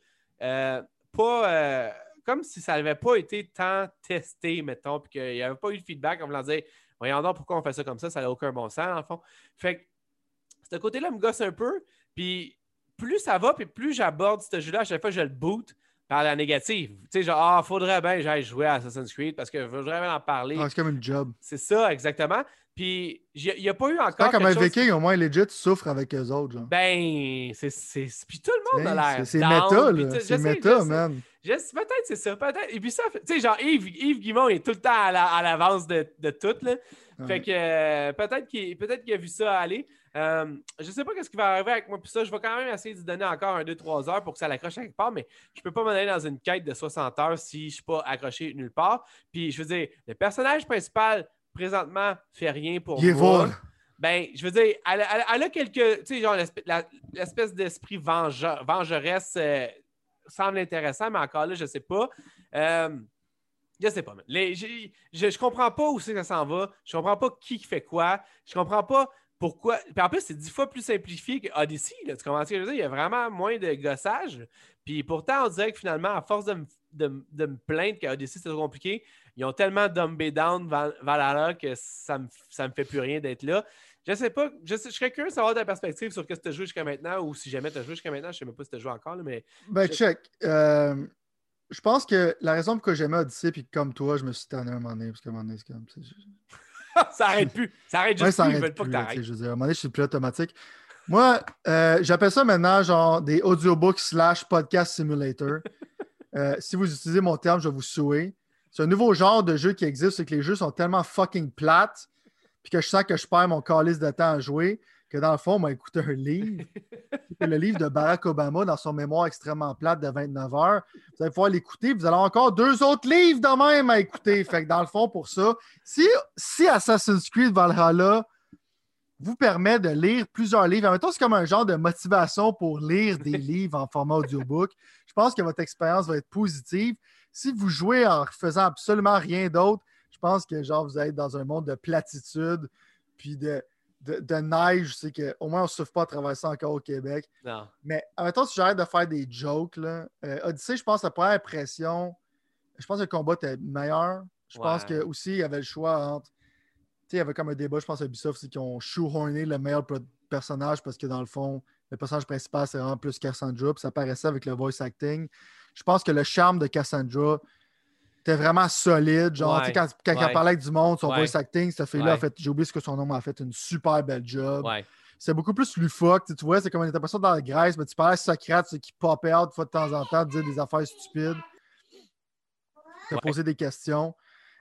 Speaker 1: pas comme si ça n'avait pas été tant testé, mettons, puis qu'il n'y avait pas eu de feedback en voulant dire voyons donc pourquoi on fait ça comme ça n'a aucun bon sens, dans le fond. Fait que ce côté-là me gosse un peu, puis plus ça va, puis plus j'aborde ce jeu-là, à chaque fois je le boot par la négative. Tu sais, genre, faudrait bien que j'aille jouer à Assassin's Creed parce que je voudrais bien en parler.
Speaker 2: C'est comme une job.
Speaker 1: C'est ça, exactement. Puis, il n'y a pas eu encore.
Speaker 2: Comme un Viking, au moins, legit, souffre avec eux autres. Genre.
Speaker 1: Ben, puis tout le monde a l'air.
Speaker 2: C'est méta, là. C'est méta, man.
Speaker 1: Peut-être c'est ça, peut-être. Et puis ça, tu sais, genre Yves Guimond est tout le temps à l'avance de tout, là. Ouais. Fait que peut-être qu'il a vu ça aller. Je sais pas ce qui va arriver avec moi, puis ça, je vais quand même essayer d'y donner encore 2-3 heures pour que ça l'accroche à quelque part, mais je peux pas m'en aller dans une quête de 60 heures si je suis pas accroché nulle part. Puis je veux dire, le personnage principal, présentement, fait rien pour moi. Ben, je veux dire, elle a quelques, tu sais, genre l'espèce d'esprit vengeresse semble intéressant, mais encore là, je sais pas. Je sais pas, man. Je comprends pas où c'est que ça s'en va. Je comprends pas qui fait quoi. Je comprends pas pourquoi. Puis en plus, c'est 10 fois plus simplifié que Odyssey. Là. Tu comprends ce que je veux dire? Il y a vraiment moins de gossage. Puis pourtant, on dirait que finalement, à force de me plaindre qu'Odyssey, c'est trop compliqué, ils ont tellement dumbé down Valhalla que ça me fait plus rien d'être là. Je sais pas. Je serais curieux de savoir ta perspective sur ce que tu as joué jusqu'à maintenant ou si jamais tu as joué jusqu'à maintenant. Je sais même pas si tu as joué encore, là, mais.
Speaker 2: Ben, check. Je pense que la raison pour laquelle j'aimais Odyssey, puis comme toi, je me suis tanné à un moment donné, parce qu'à un moment donné, c'est comme.
Speaker 1: Ça arrête plus. Ça arrête juste
Speaker 2: ouais,
Speaker 1: plus. Ils veulent pas que t'arrêtes.
Speaker 2: Je veux dire, à un moment donné, je suis plus automatique. Moi, j'appelle ça maintenant genre des audiobooks / podcast simulator. Si vous utilisez mon terme, je vais vous souhaiter. C'est un nouveau genre de jeu qui existe, c'est que les jeux sont tellement fucking plates, puis que je sens que je perds mon calice de temps à jouer, que dans le fond, on m'a écouté un livre. C'est le livre de Barack Obama dans son mémoire extrêmement plate de 29 heures. Vous allez pouvoir l'écouter. Vous allez encore 2 autres livres de même à écouter. Fait que dans le fond, pour ça, si Assassin's Creed Valhalla vous permet de lire plusieurs livres, en même temps, c'est comme un genre de motivation pour lire des livres en format audiobook, je pense que votre expérience va être positive. Si vous jouez en faisant absolument rien d'autre, je pense que genre vous allez être dans un monde de platitude puis de neige. Je sais qu'au moins on ne souffre pas à travers ça encore au Québec.
Speaker 1: Non.
Speaker 2: Mais en même temps, si j'arrête de faire des jokes, là, Odyssey, je pense que la première impression, je pense que le combat était meilleur. Je pense que aussi il y avait le choix entre. Il y avait comme un débat, je pense, à Ubisoft, c'est qu'ils ont shoehorné le meilleur personnage parce que dans le fond, le personnage principal, c'est vraiment plus Cassandra, puis ça paraissait avec le voice acting. Je pense que le charme de Cassandra était vraiment solide. Genre, quand elle parlait avec du monde, son voice acting, cette fille-là, a fait, j'ai oublié ce que son nom a fait, une super belle job. C'est beaucoup plus lufoque. Tu vois, c'est comme une interprétation dans la Grèce, mais tu parlais à Socrate, qui popait out de fois de temps en temps, dire des affaires stupides, te poser des questions.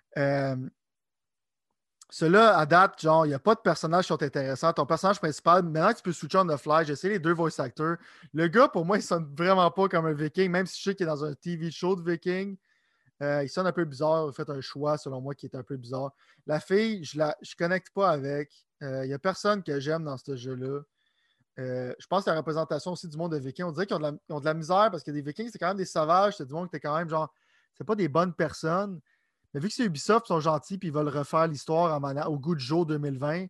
Speaker 2: Ceux-là, à date, genre, il n'y a pas de personnages qui sont intéressants. Ton personnage principal, maintenant que tu peux switcher on the fly, j'ai essayé les 2 voice actors. Le gars, pour moi, il sonne vraiment pas comme un viking, même si je sais qu'il est dans un TV show de viking. Il sonne un peu bizarre. Il fait un choix, selon moi, qui est un peu bizarre. La fille, je connecte pas avec. Il n'y a personne que j'aime dans ce jeu-là. Je pense que la représentation aussi du monde de vikings, on dirait qu'ils ont de la misère parce que des vikings, c'est quand même des sauvages. C'est du monde qui est quand même genre, c'est pas des bonnes personnes. Mais vu que c'est Ubisoft, ils sont gentils et ils veulent refaire l'histoire au goût du jour 2020,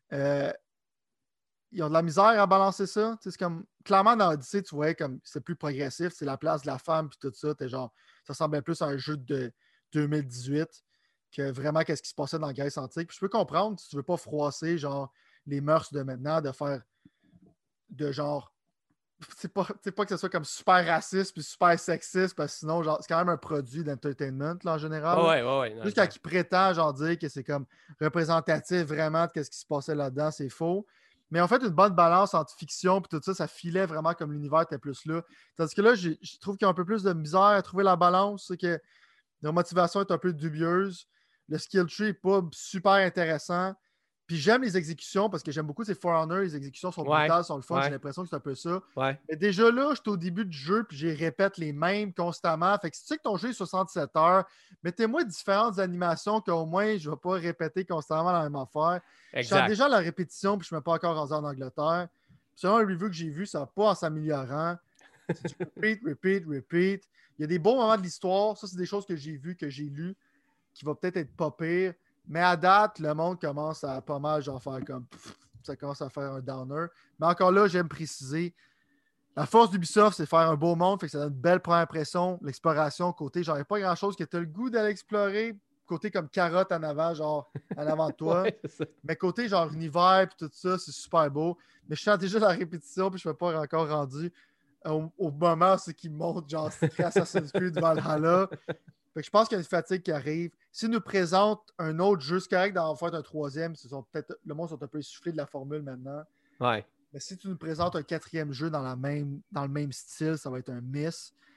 Speaker 2: ils ont de la misère à balancer ça. C'est comme, clairement, dans Odyssey, tu vois, comme c'est plus progressif, c'est la place de la femme puis tout ça. Genre, ça semblait plus à un jeu de 2018 que vraiment qu'est-ce qui se passait dans la Grèce antique. Puis je peux comprendre si tu veux pas froisser genre les mœurs de maintenant, de faire de genre. C'est pas que ce soit comme super raciste puis super sexiste, parce que sinon, genre, c'est quand même un produit d'entertainment là, en général.
Speaker 1: Ouais.
Speaker 2: Juste quand il prétend genre dire que c'est comme représentatif vraiment de ce qui se passait là-dedans, c'est faux. Mais en fait, une bonne balance entre fiction et tout ça, ça filait vraiment comme l'univers était plus là. Tandis que là, je trouve qu'il y a un peu plus de misère à trouver la balance. C'est que leur motivation est un peu dubieuse. Le skill tree n'est pas super intéressant. Puis j'aime les exécutions parce que j'aime beaucoup ces For Honor. Les exécutions sont brutales, sont le fun. J'ai l'impression que c'est un peu ça. Mais déjà là, je suis au début du jeu puis je répète les mêmes constamment. Fait que si tu sais que ton jeu est 67 heures, mettez-moi différentes animations qu'au moins je ne vais pas répéter constamment la même affaire. Exact. Je sens déjà la répétition puis je ne me suis pas encore rendu en Angleterre. Puis selon le review que j'ai vu, ça va pas en s'améliorant. C'est du repeat. Il y a des beaux moments de l'histoire. Ça, c'est des choses que j'ai vues, que j'ai lues, qui va peut-être être pas pire. Mais à date, le monde commence à pas mal genre faire comme ça commence à faire un downer. Mais encore là, j'aime préciser. La force d'Ubisoft, c'est faire un beau monde, fait que ça donne une belle première impression. L'exploration, côté, genre, il n'y a pas grand-chose que tu as le goût d'aller explorer. Côté comme carotte en avant, genre en avant de toi. Mais côté genre univers et tout ça, c'est super beau. Mais je sens déjà la répétition, puis je ne suis pas encore rendu au moment c'est qu'ils montent genre Assassin's Creed Valhalla. Fait que je pense qu'il y a une fatigue qui arrive. S'ils nous présentent un autre jeu, c'est correct d'en faire un troisième. Le monde sont un peu essoufflés de la formule maintenant. Mais si tu nous présentes un 4e jeu dans le même style, ça va être un miss.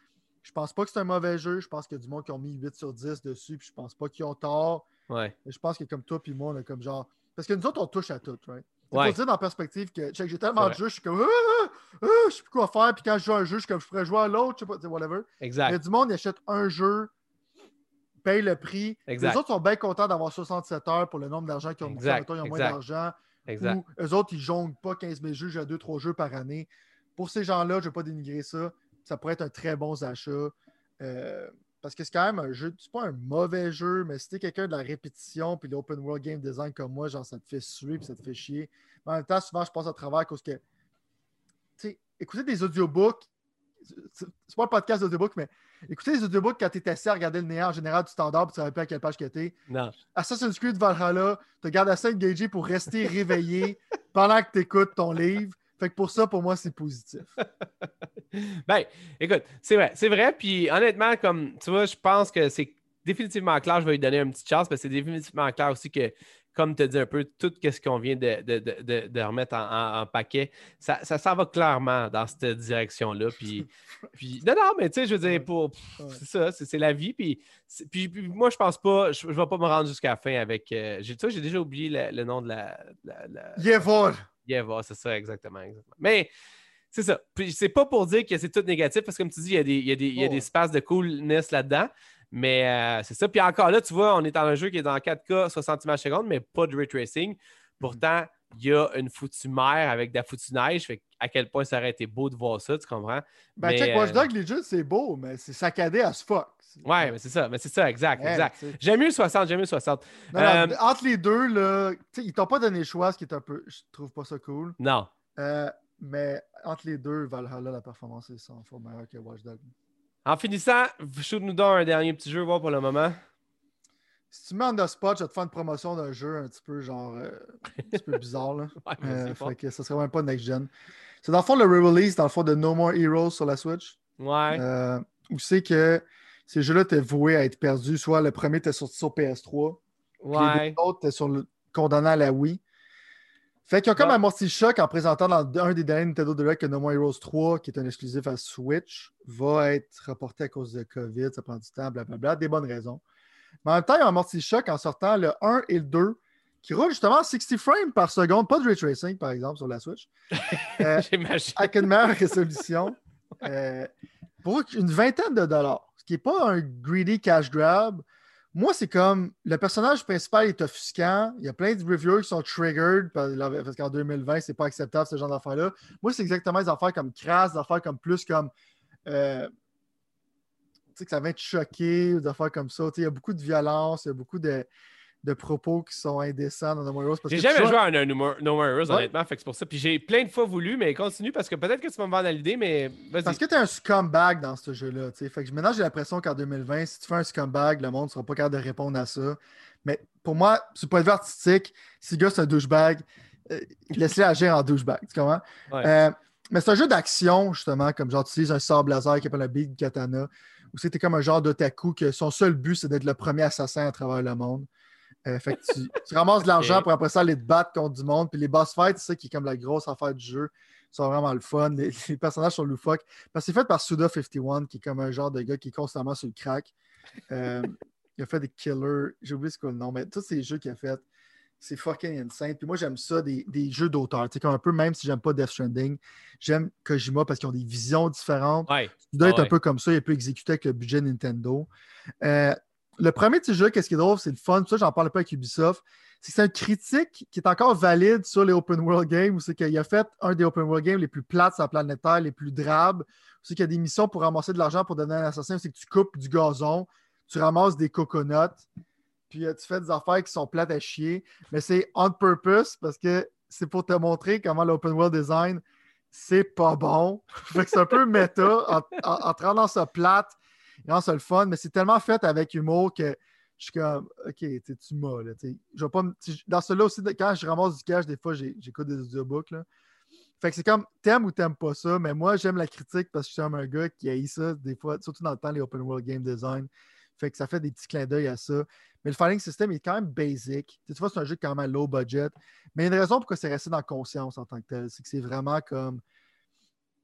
Speaker 2: Je pense pas que c'est un mauvais jeu. Je pense qu'il y a du monde qui ont mis 8 sur 10 dessus, puis je pense pas qu'ils ont tort.
Speaker 1: Ouais.
Speaker 2: Mais je pense que comme toi puis moi, on a comme genre... Parce que nous autres, on touche à tout, right? Il
Speaker 1: Ouais.
Speaker 2: faut dire dans la perspective que j'ai tellement de jeux, je suis comme je sais plus quoi faire, puis quand je joue à un jeu, je suis comme je pourrais jouer à l'autre, je sais pas, whatever.
Speaker 1: Exact.
Speaker 2: Il y a du monde qui achète un jeu, paye le prix.
Speaker 1: Exact.
Speaker 2: Les autres sont bien contents d'avoir 67 heures pour le nombre d'argent qu'ils ont mis. Ils ont moins d'argent.
Speaker 1: Exact.
Speaker 2: Ou eux autres, ils jonglent pas 15 000 jeux, j'ai 2-3 jeux par année. Pour ces gens-là, je ne vais pas dénigrer ça. Ça pourrait être un très bon achat. Parce que c'est quand même un jeu, c'est pas un mauvais jeu, mais si t'es quelqu'un de la répétition puis l'open world game design comme moi, genre ça te fait suer puis ça te fait chier. Mais en même temps, souvent, je passe à travers à cause que, tu sais, écouter des audiobooks, c'est pas un podcast d'audiobook, mais écouter des audiobooks quand t'es assis à regarder le néant en général du standard puis tu ne savais pas à quelle page que t'es.
Speaker 1: Non.
Speaker 2: Assassin's Creed Valhalla, te gardes assez engagé pour rester réveillé pendant que t'écoutes ton livre. Fait que pour moi, c'est positif.
Speaker 1: Ben, écoute, c'est vrai. Puis honnêtement, comme tu vois, je pense que c'est définitivement clair. Je vais lui donner une petite chance, parce que c'est définitivement clair aussi que, comme tu as dit un peu, tout ce qu'on vient de remettre en paquet, ça s'en va clairement dans cette direction-là. Puis non, mais tu sais, je veux dire, c'est ça, c'est la vie. Puis moi, je pense pas, je vais pas me rendre jusqu'à la fin avec. J'ai déjà oublié le nom de la.
Speaker 2: Yevor,
Speaker 1: c'est ça, exactement. Mais. C'est ça. Puis c'est pas pour dire que c'est tout négatif, parce que comme tu dis, il y a des espaces de coolness là-dedans. Mais c'est ça. Puis encore là, tu vois, on est dans un jeu qui est dans 4K 60 images secondes, mais pas de ray tracing. Pourtant, il y a une foutue mer avec de la foutue neige. Fait à quel point ça aurait été beau de voir ça, tu comprends?
Speaker 2: Ben, check, Watch Dogs Legion, c'est beau, mais c'est saccadé as fuck.
Speaker 1: Ouais, mais c'est ça, exact. J'aime mieux 60.
Speaker 2: Non, entre les deux, là, ils t'ont pas donné le choix, ce qui est un peu. Je trouve pas ça cool.
Speaker 1: Non.
Speaker 2: Mais entre les deux, Valhalla, la performance est 100 fois meilleure que Watch Dogs.
Speaker 1: En finissant, shoot-nous donc un dernier petit jeu, voir pour le moment.
Speaker 2: Si tu mets on the spot, je vais te faire une promotion d'un jeu un petit peu genre un petit peu bizarre. Là. Fait que ça serait même pas next-gen. C'est dans le fond le re-release dans le fond de No More Heroes sur la Switch.
Speaker 1: Ouais.
Speaker 2: Où c'est que ces jeux-là étaient voués à être perdus. Soit le premier était sorti sur PS3,
Speaker 1: ouais.
Speaker 2: Puis les autres étaient condamnés à la Wii. Fait qu'ils ont comme amorti le choc en présentant dans un des derniers Nintendo Direct que No More Heroes 3, qui est un exclusif à Switch, va être reporté à cause de COVID, ça prend du temps, blablabla, des bonnes raisons. Mais en même temps, ils ont amorti le choc en sortant le 1 et le 2, qui roulent justement à 60 frames par seconde, pas de ray tracing, par exemple, sur la Switch.
Speaker 1: J'imagine.
Speaker 2: Avec une meilleure résolution. Pour une vingtaine de dollars, ce qui n'est pas un greedy cash grab. Moi, c'est comme le personnage principal est offusquant. Il y a plein de reviewers qui sont triggered parce qu'en 2020, c'est pas acceptable ce genre d'affaires-là. Moi, c'est exactement des affaires comme crasse, des affaires comme plus comme tu sais que ça va te choquer, des affaires comme ça. Il y a beaucoup de violence, il y a beaucoup de propos qui sont indécents dans No More Heroes.
Speaker 1: J'ai jamais joué à un No More Heroes, honnêtement, fait que c'est pour ça. Puis j'ai plein de fois voulu, mais continue parce que peut-être que tu vas me vendre à l'idée, mais vas-y.
Speaker 2: Parce que tu es un scumbag dans ce jeu-là. Fait que maintenant, j'ai l'impression qu'en 2020, si tu fais un scumbag, le monde ne sera pas capable de répondre à ça. Mais pour moi, sur le point de vue artistique, si le gars c'est un douchebag, laisse-le agir en douchebag. Tu comprends?
Speaker 1: Ouais.
Speaker 2: Mais c'est un jeu d'action, justement, comme genre tu utilises un sabre laser qui s'appelle un Big Katana, où c'était comme un genre d'otaku que son seul but, c'est d'être le premier assassin à travers le monde. Fait que tu ramasses de l'argent pour après ça aller te battre contre du monde. Puis les boss fights, c'est ça qui est comme la grosse affaire du jeu. Ils sont vraiment le fun. Les personnages sont loufoques. Parce que c'est fait par Suda51, qui est comme un genre de gars qui est constamment sur le crack. Il a fait des killers. J'ai oublié ce qu'est le nom, mais tous ces jeux qu'il a fait, c'est fucking insane. Puis moi, j'aime ça, des jeux d'auteur. Tu sais, comme un peu, même si j'aime pas Death Stranding, j'aime Kojima parce qu'ils ont des visions différentes.
Speaker 1: Ouais.
Speaker 2: Tu dois être un peu comme ça. Il peut exécuter avec le budget Nintendo. Le premier petit jeu, qu'est-ce qui est drôle, c'est le fun. Ça, j'en parle pas avec Ubisoft. C'est une critique qui est encore valide sur les open world games, où c'est qu'il a fait un des open world games les plus plates sur la planète Terre, les plus drabes. C'est qu'il y a des missions pour ramasser de l'argent pour devenir un assassin. C'est que tu coupes du gazon, tu ramasses des coconuts, puis tu fais des affaires qui sont plates à chier. Mais c'est on purpose parce que c'est pour te montrer comment l'open world design, c'est pas bon. Fait que c'est un peu méta en te rendant ça plate. Non, c'est le fun, mais c'est tellement fait avec humour que je suis comme, OK, tu m'as, là. Je vais pas dans celui-là aussi, quand je ramasse du cash, des fois, j'écoute des audiobooks, là. Fait que c'est comme, t'aimes ou t'aimes pas ça, mais moi, j'aime la critique parce que je suis un gars qui haït ça, des fois, surtout dans le temps, les open world game design. Fait que ça fait des petits clins d'œil à ça. Mais le fighting system est quand même basic. Tu vois, c'est un jeu quand même low budget. Mais il y a une raison pourquoi c'est resté dans conscience en tant que tel. C'est que c'est vraiment comme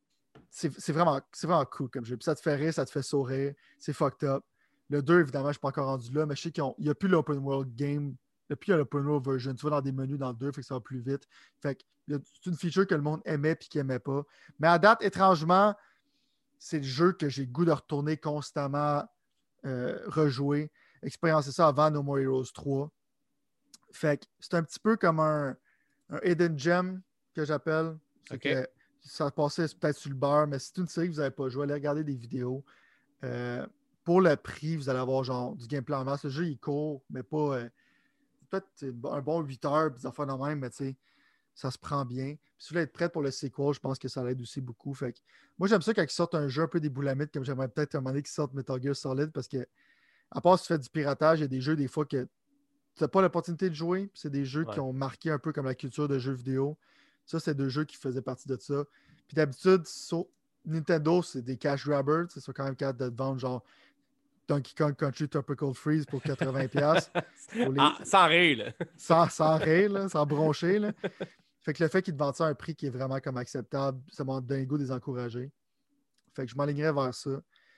Speaker 2: c'est vraiment cool comme jeu. Puis ça te fait rire, ça te fait sourire. C'est fucked up. Le 2, évidemment, je ne suis pas encore rendu là, mais je sais qu'il n'y a plus l'open world game. Il n'y a plus l'open world version. Tu vas dans des menus dans le 2, fait que ça va plus vite. Fait que c'est une feature que le monde aimait et qu'il n'aimait pas. Mais à date, étrangement, c'est le jeu que j'ai le goût de retourner constamment rejouer. Expériencer ça avant No More Heroes 3. Fait que c'est un petit peu comme un hidden gem que j'appelle. C'est que ça passait peut-être sur le beurre, mais si c'est une série que vous n'avez pas joué, allez regarder des vidéos. Pour le prix, vous allez avoir genre du gameplay en masse. Le jeu, il court, mais pas. Peut-être un bon 8 heures, puis ça fait de même, mais tu sais, ça se prend bien. Puis si vous voulez être prêt pour le sequel, je pense que ça l'aide aussi beaucoup. Fait que, moi, j'aime ça quand ils sortent un jeu un peu des boulamites, comme j'aimerais peut-être un moment donné qu'ils sortent Metal Gear Solid, parce que, à part si tu fais du piratage, il y a des jeux, des fois, que tu n'as pas l'opportunité de jouer. Puis c'est des jeux qui ont marqué un peu comme la culture de jeux vidéo. Ça, c'est 2 jeux qui faisaient partie de ça. Puis d'habitude, Nintendo, c'est des cash grabbers. Ils sont quand même capables de te vendre genre Donkey Kong Country Tropical Freeze pour 80$.
Speaker 1: Sans rire, là.
Speaker 2: Sans rire, là, sans broncher. Là. Fait que le fait qu'ils te vendent ça à un prix qui est vraiment comme acceptable, ça m'a donné le goût de les encourager. Fait que je m'alignerais vers ça.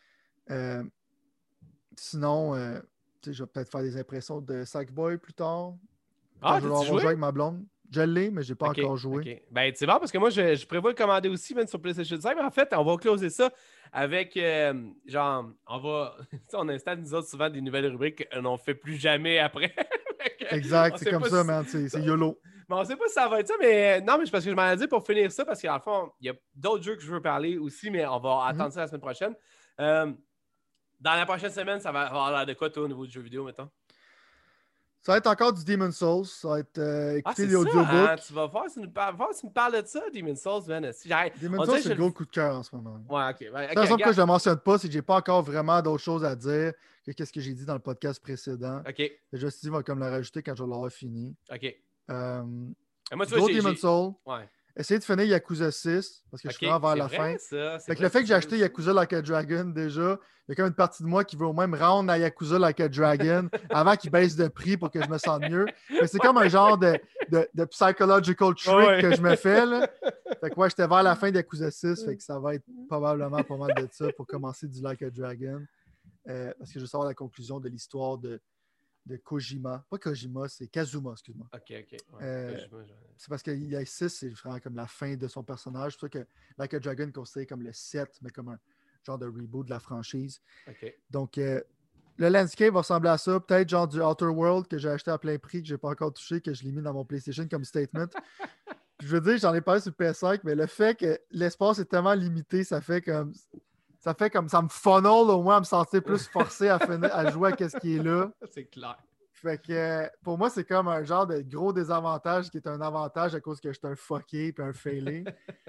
Speaker 2: Sinon, je vais peut-être faire des impressions de Sackboy plus tard.
Speaker 1: Ah,
Speaker 2: je vais jouer avec ma blonde. Je l'ai, mais je n'ai pas encore joué.
Speaker 1: Ben, c'est bon parce que moi, je prévois le commander aussi, même sur PlayStation 5. Mais en fait, on va closer ça avec, genre, on installe, nous autres, souvent des nouvelles rubriques qu'on ne fait plus jamais après.
Speaker 2: Exact, c'est comme ça, man. C'est YOLO.
Speaker 1: Mais on sait pas si ça va être ça, mais non, mais c'est parce que je m'en ai dit pour finir ça, parce qu'en fond, il y a d'autres jeux que je veux parler aussi, mais on va attendre ça la semaine prochaine. Dans la prochaine semaine, ça va avoir l'air de quoi, toi, au niveau du jeu vidéo, mettons?
Speaker 2: Ça va être encore du Demon's Souls. Ça va être écouter les
Speaker 1: audiobooks.
Speaker 2: Hein?
Speaker 1: Tu vas voir si tu me parles de ça, Demon's Souls, man.
Speaker 2: Demon's Souls, c'est le gros coup de cœur en ce moment.
Speaker 1: Ouais, ok.
Speaker 2: La raison pour que je ne le mentionne pas, c'est que j'ai pas encore vraiment d'autres choses à dire que qu'est-ce que j'ai dit dans le podcast précédent.
Speaker 1: Ok.
Speaker 2: Je me suis dit, je vais comme le rajouter quand je vais l'avoir fini.
Speaker 1: Ok.
Speaker 2: Moi, tu vois, Demon's Souls.
Speaker 1: Ouais.
Speaker 2: Essayez de finir Yakuza 6 parce que je suis vraiment vers la fin. Fait que le fait que j'ai acheté Yakuza Like a Dragon déjà, il y a quand même une partie de moi qui veut au même rendre à Yakuza Like a Dragon avant qu'il baisse de prix pour que je me sente mieux. Mais c'est comme un genre de psychological trick que je me fais. Là. Fait que j'étais vers la fin de Yakuza 6, fait que ça va être probablement pas mal de ça pour commencer du Like a Dragon. Parce que je veux savoir la conclusion de l'histoire de Kojima. Pas Kojima, c'est Kazuma, excuse-moi.
Speaker 1: Ok.
Speaker 2: C'est parce qu'il y a 6, c'est vraiment comme la fin de son personnage. C'est pour ça que Like a Dragon est considéré comme le 7, mais comme un genre de reboot de la franchise.
Speaker 1: Ok.
Speaker 2: Donc, le landscape va ressembler à ça. Peut-être genre du Outer World que j'ai acheté à plein prix, que je n'ai pas encore touché, que je l'ai mis dans mon PlayStation comme statement. Je veux dire, j'en ai parlé sur le PS5, mais le fait que l'espace est tellement limité, ça fait comme ça me funnel au moins à me sentir plus forcé à jouer à ce qui est là.
Speaker 1: C'est clair.
Speaker 2: Fait que pour moi, c'est comme un genre de gros désavantage qui est un avantage à cause que je suis un fucké et un failé.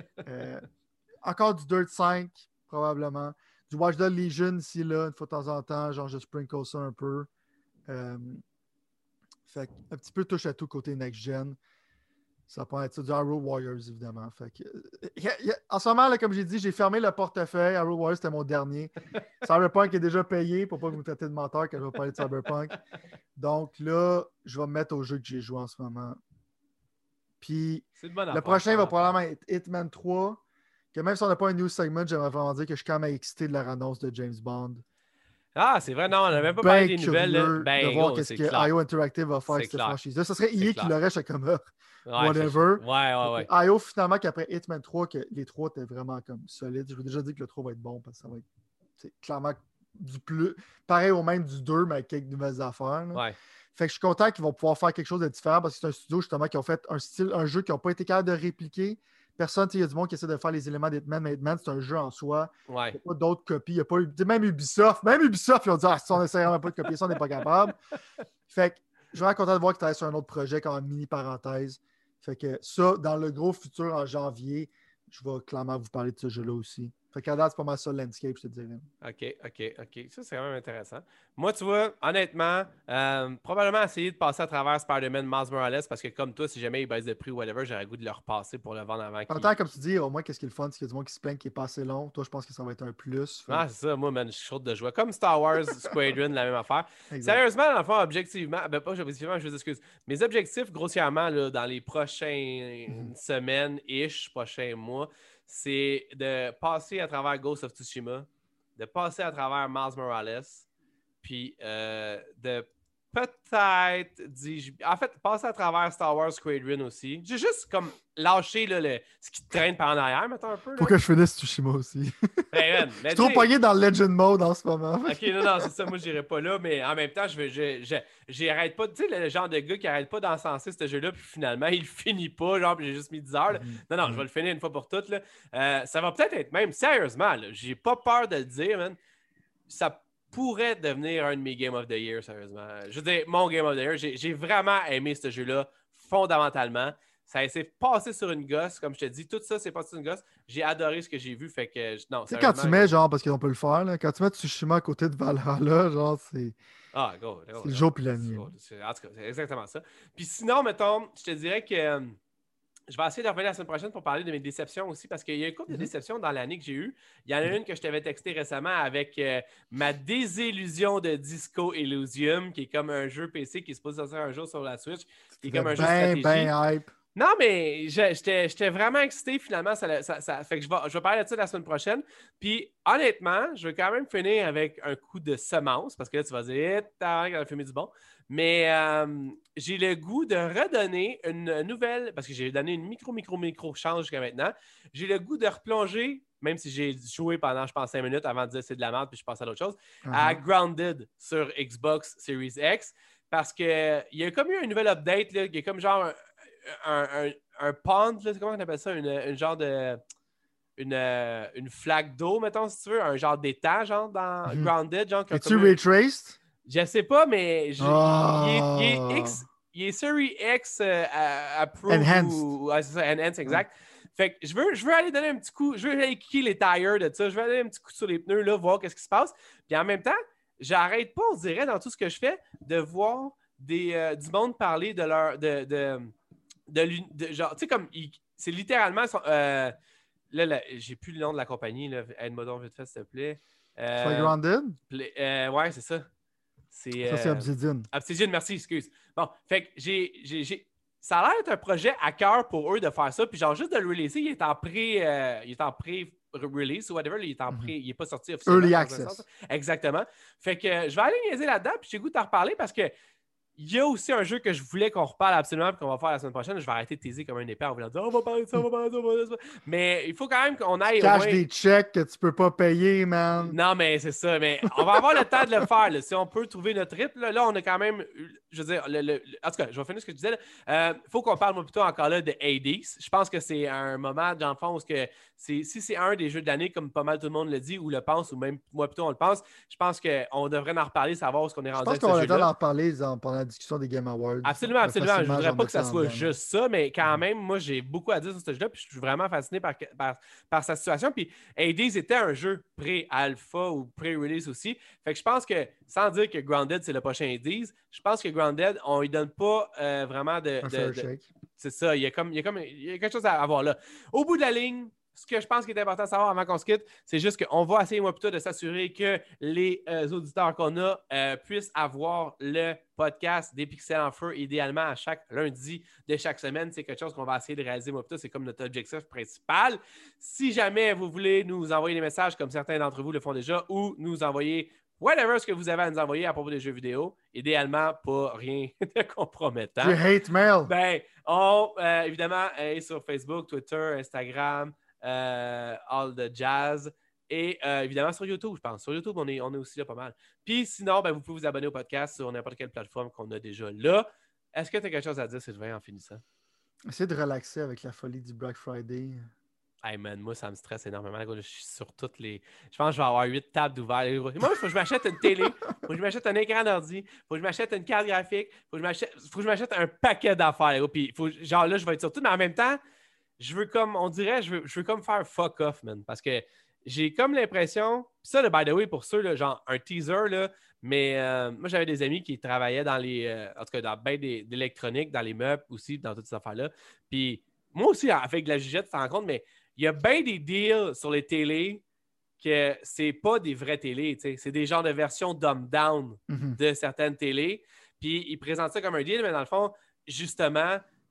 Speaker 2: Encore du Dirt 5, probablement. Du Watch Dogs Legion ici, là, une fois de temps en temps, genre je sprinkle ça un peu. Fait un petit peu touche à tout côté next-gen. Ça peut être ça, du Arrow Warriors, évidemment. Fait que, en ce moment, là, comme j'ai dit, j'ai fermé le portefeuille. Arrow Warriors, c'était mon dernier. Cyberpunk est déjà payé pour pas que vous me traitez de menteur quand je vais parler de Cyberpunk. Donc là, je vais me mettre au jeu que j'ai joué en ce moment. Puis le prochain va probablement être Hitman 3. Que même si on n'a pas un news segment, j'aimerais vraiment dire que je suis quand même excité de la annonce de James Bond.
Speaker 1: Ah, c'est vrai, non, on n'a même pas parlé des nouvelles.
Speaker 2: De voir qu'est-ce que IO Interactive va faire avec cette franchise-là. Ça serait EA qui l'aurait chez comme whatever.
Speaker 1: Ouais.
Speaker 2: IO, finalement, qu'après Hitman 3, que les 3 étaient vraiment comme solides. Je veux déjà dire que le 3 va être bon parce que ça va être clairement du plus. Pareil au même du 2, mais avec quelques nouvelles affaires.
Speaker 1: Ouais.
Speaker 2: Fait que je suis content qu'ils vont pouvoir faire quelque chose de différent parce que c'est un studio justement qui a fait un jeu qu'ils n'ont pas été capables de répliquer. Personne, il y a du monde qui essaie de faire les éléments d'Hitman, mais Hitman, c'est un jeu en soi.
Speaker 1: Ouais.
Speaker 2: Il n'y a pas d'autres copies. Il y a pas eu, même Ubisoft, ils ont dit si on n'essaiera pas de copier ça, on n'est pas capable. Fait que je suis vraiment content de voir qu'ils travaillent sur un autre projet comme une mini parenthèse. Fait que ça, dans le gros futur en janvier, je vais clairement vous parler de ce jeu-là aussi. Fait qu'à date, c'est pas mal ça, le landscape, je te dirais.
Speaker 1: OK. Ça, c'est quand même intéressant. Moi, tu vois, honnêtement, probablement essayer de passer à travers Spider-Man Miles Morales parce que comme toi, si jamais il baisse de prix ou whatever, j'aurais le goût de le repasser pour le vendre avant
Speaker 2: En temps, comme tu dis, au moins, qu'est-ce qui est le fun, c'est qu'il y a du monde qui se plaint qui est pas assez long. Toi, je pense que ça va être un plus.
Speaker 1: Ah, c'est ça. Moi, man, je suis chaud de jouer. Comme Star Wars Squadron, la même affaire.
Speaker 2: Exact.
Speaker 1: Sérieusement, dans le fond, objectivement, pas objectivement, je vous excuse. Mes objectifs, grossièrement, là, dans les prochaines semaines-ish, prochains mois, c'est de passer à travers Ghost of Tsushima, de passer à travers Miles Morales, puis de peut-être, en fait, passer à travers Star Wars Squadron aussi. J'ai juste comme lâché là, ce qui traîne par en arrière, mettons un peu. Là.
Speaker 2: Faut que je finisse Tsushima aussi.
Speaker 1: Ben,
Speaker 2: je suis trop pogné dans le Legend Mode en ce moment.
Speaker 1: Ok, non, c'est ça, moi j'irai pas là, mais en même temps, j'arrête pas, tu sais, le genre de gars qui arrête pas d'encenser ce jeu-là, puis finalement, il finit pas, genre, puis j'ai juste mis 10 heures. Là. Non, je vais le finir une fois pour toutes. Là. Ça va peut-être être même, sérieusement, là, j'ai pas peur de le dire, man. Ça pourrait devenir un de mes Game of the Year, sérieusement. Je veux dire, mon Game of the Year, j'ai vraiment aimé ce jeu-là, fondamentalement. Ça s'est passé sur une gosse, comme je te dis, tout ça s'est passé sur une gosse. J'ai adoré ce que j'ai vu, fait que, non,
Speaker 2: tu sais, quand tu mets, genre, parce qu'on peut le faire, là, quand tu mets Tsushima à côté de Valhalla, genre, c'est...
Speaker 1: Ah, go.
Speaker 2: C'est le jour puis la nuit.
Speaker 1: En tout cas, c'est exactement ça. Puis sinon, mettons, je te dirais que... je vais essayer de revenir la semaine prochaine pour parler de mes déceptions aussi, parce qu'il y a une couple de déceptions dans l'année que j'ai eue. Il y en a une que je t'avais texté récemment avec ma désillusion de Disco Elysium, qui est comme un jeu PC qui est supposé sortir un jour sur la Switch, qui est comme un jeu stratégie.
Speaker 2: Ben hype.
Speaker 1: Non, mais j'étais vraiment excité finalement. Ça fait que je vais parler de ça la semaine prochaine. Puis honnêtement, je vais quand même finir avec un coup de semence, parce que là, tu vas dire, t'as fumé du bon. Mais j'ai le goût de redonner une nouvelle, parce que j'ai donné une micro change jusqu'à maintenant. J'ai le goût de replonger, même si j'ai joué pendant, je pense, 5 minutes avant de dire c'est de la merde, puis je passe à l'autre chose, à Grounded sur Xbox Series X. Parce qu'il y a comme eu un nouvel update, là, il y a comme genre un pond, là, comment on appelle ça? Une genre de... Une flaque d'eau, mettons, si tu veux, un genre d'étang, genre, dans Grounded. Genre,
Speaker 2: es-tu retraced?
Speaker 1: Je sais pas, mais il est Series X approved.
Speaker 2: Enhanced.
Speaker 1: C'est ça, Enhanced, exact. Fait que je veux aller donner un petit coup, je veux aller kicker les tires de ça, je veux aller un petit coup sur les pneus, là, voir qu'est-ce qui se passe. Puis en même temps, j'arrête pas, on dirait, dans tout ce que je fais, de voir du monde parler de leur... genre, tu sais, comme, c'est littéralement... là, j'ai plus le nom de la compagnie, là. Aide-moi donc vite fait, s'il te plaît.
Speaker 2: Grounded?
Speaker 1: Ouais, c'est ça.
Speaker 2: Ça, c'est Obsidian.
Speaker 1: Obsidian, merci, excuse. Bon, fait que ça a l'air d'être un projet à cœur pour eux de faire ça. Puis genre, juste de le releaser, il est en pré-release ou whatever. Il n'est pas sorti officiellement.
Speaker 2: Early access.
Speaker 1: Exactement. Fait que je vais aller niaiser là-dedans, puis j'ai goût de t'en reparler parce que il y a aussi un jeu que je voulais qu'on reparle absolument et qu'on va faire la semaine prochaine. Je vais arrêter de teaser comme un épée en voulant dire on va parler de ça, on va parler de ça, on va parler de ça. Mais il faut quand même qu'on aille.
Speaker 2: Cache des chèques que tu peux pas payer, man.
Speaker 1: Non, mais c'est ça. Mais on va avoir le temps de le faire. Là. Si on peut trouver notre rythme, là, on a quand même. Je veux dire, en tout cas, je vais finir ce que tu disais. Il faut qu'on parle moi, plutôt encore là de Hades. Je pense que c'est un moment d'enfance que si c'est un des jeux de l'année, comme pas mal tout le monde le dit ou le pense, ou même moi plutôt on le pense, je pense qu'on devrait en reparler, savoir où est-ce qu'on est rendu avec ce jeu-là.
Speaker 2: Je pense qu'on a le temps d'en reparler pendant la discussion des Game Awards.
Speaker 1: Absolument. Je ne voudrais pas que ça soit juste ça, mais quand même, moi, j'ai beaucoup à dire sur ce jeu-là, puis je suis vraiment fasciné par sa situation. Puis Hades était un jeu pré-alpha ou pré-release aussi. Fait que je pense que, sans dire que Grounded, c'est le prochain Hades, je pense que Grounded, on lui donne pas vraiment de... C'est ça, il y a quelque chose à avoir là. Au bout de la ligne, ce que je pense qu'il est important de savoir avant qu'on se quitte, c'est juste qu'on va essayer, moi, plutôt de s'assurer que les auditeurs qu'on a puissent avoir le podcast des Pixels en Feu, idéalement à chaque lundi de chaque semaine. C'est quelque chose qu'on va essayer de réaliser, moi, plutôt. C'est comme notre objectif principal. Si jamais vous voulez nous envoyer des messages, comme certains d'entre vous le font déjà, ou nous envoyer whatever ce que vous avez à nous envoyer à propos des jeux vidéo, idéalement, pas rien de compromettant.
Speaker 2: Du hate mail.
Speaker 1: Ben, évidemment, est sur Facebook, Twitter, Instagram, All the Jazz. Et évidemment sur YouTube, je pense. Sur YouTube, on est aussi là pas mal. Puis sinon, ben, vous pouvez vous abonner au podcast sur n'importe quelle plateforme qu'on a déjà là. Est-ce que tu as quelque chose à dire, Sylvain, en finissant?
Speaker 2: Essayez de relaxer avec la folie du Black Friday.
Speaker 1: Hey man, moi, ça me stresse énormément. Je suis sur toutes les... Je pense que je vais avoir 8 tables d'ouvert. Moi, il faut que je m'achète une télé. Il faut que je m'achète un écran d'ordi. Il faut que je m'achète une carte graphique. Il faut que je m'achète un paquet d'affaires. Puis, genre là, je vais être sur tout. Mais en même temps, je veux comme, on dirait, je veux comme faire fuck off, man. Parce que j'ai comme l'impression... Ça, by the way, pour ceux, là, genre un teaser, là, mais moi, j'avais des amis qui travaillaient dans les... en tout cas, dans bien d'électronique, dans les meubles aussi, dans toutes ces affaires-là. Puis moi aussi, avec de la jugette, tu te rends compte, mais il y a bien des deals sur les télés que c'est pas des vraies télés, tu sais. C'est des genres de versions dumb down de certaines télés. Puis ils présentent ça comme un deal, mais dans le fond, justement,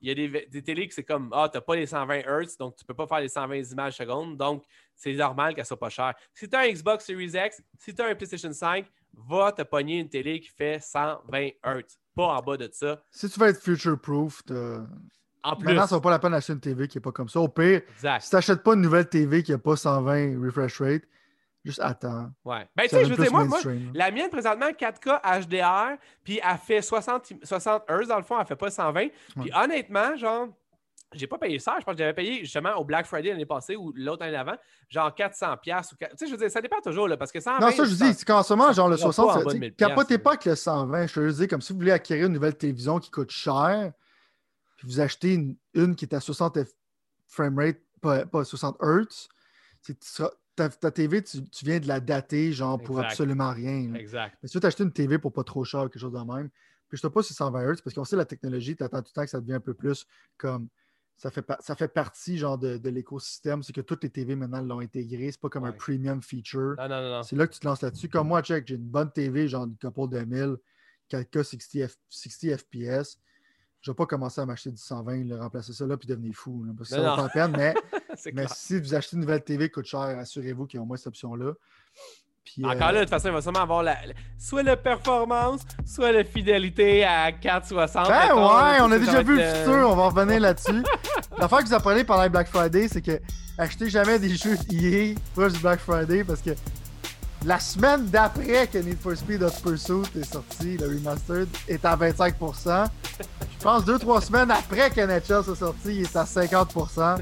Speaker 1: il y a des télés que c'est comme t'as pas les 120 Hz, donc tu peux pas faire les 120 images secondes, donc c'est normal qu'elle soit pas chère. Si tu as un Xbox Series X, si tu as un PlayStation 5, va te pogner une télé qui fait 120 Hz, pas en bas de ça.
Speaker 2: Si tu veux être future-proof,
Speaker 1: en plus.
Speaker 2: Maintenant, ça vaut pas la peine d'acheter une TV qui n'est pas comme ça. Au pire, si tu n'achètes pas une nouvelle TV qui n'a pas 120 refresh rate, juste attends.
Speaker 1: Ouais. Ben, tu sais, je veux dire, moi, la mienne, présentement, 4K HDR, puis elle fait 60 Hz, dans le fond, elle fait pas 120. Puis honnêtement, genre, j'ai pas payé ça. Je pense que j'avais payé justement au Black Friday l'année passée ou l'autre année d'avant, genre 400$. Tu sais, je veux dire, ça dépend toujours, là, parce que 120.
Speaker 2: Non, ça, je dis, c'est qu'en ce moment, genre le 60, capotez pas avec le 120. Je te le dis, comme si vous voulez acquérir une nouvelle télévision qui coûte cher, puis vous achetez une qui est à 60 framerate, pas 60 Hz, ta TV, tu viens de la dater, genre, pour absolument rien. Là.
Speaker 1: Exact.
Speaker 2: Mais si tu veux t'acheter une TV pour pas trop cher ou quelque chose de même, puis je te pas si 120 Hz, parce qu'on sait la technologie, tu attends tout le temps que ça devient un peu plus comme. Ça fait partie, genre, de l'écosystème. C'est que toutes les TV, maintenant, l'ont intégré. C'est pas comme un premium feature.
Speaker 1: Non.
Speaker 2: C'est là que tu te lances là-dessus. Comme moi, check, j'ai une bonne TV, genre, une couple de 1000, 4K 60 FPS. Je vais pas commencer à m'acheter du 120, remplacer ça là puis devenir fou. Là, parce que ça vaut pas la peine, mais si vous achetez une nouvelle TV qui coûte cher, assurez-vous qu'ils ont au moins cette option-là. Puis,
Speaker 1: encore là, de toute façon, il va sûrement avoir soit la performance, soit la fidélité à 460.
Speaker 2: Ben ouais, on a déjà vu le futur, on va revenir là-dessus. L'affaire que vous apprenez pendant le Black Friday, c'est que achetez jamais des jeux EA proche du Black Friday parce que la semaine d'après que Need for Speed Hot Pursuit est sorti, le remastered, est à 25%. Je pense 2-3 semaines après que NHL soit sorti, il est à 50%.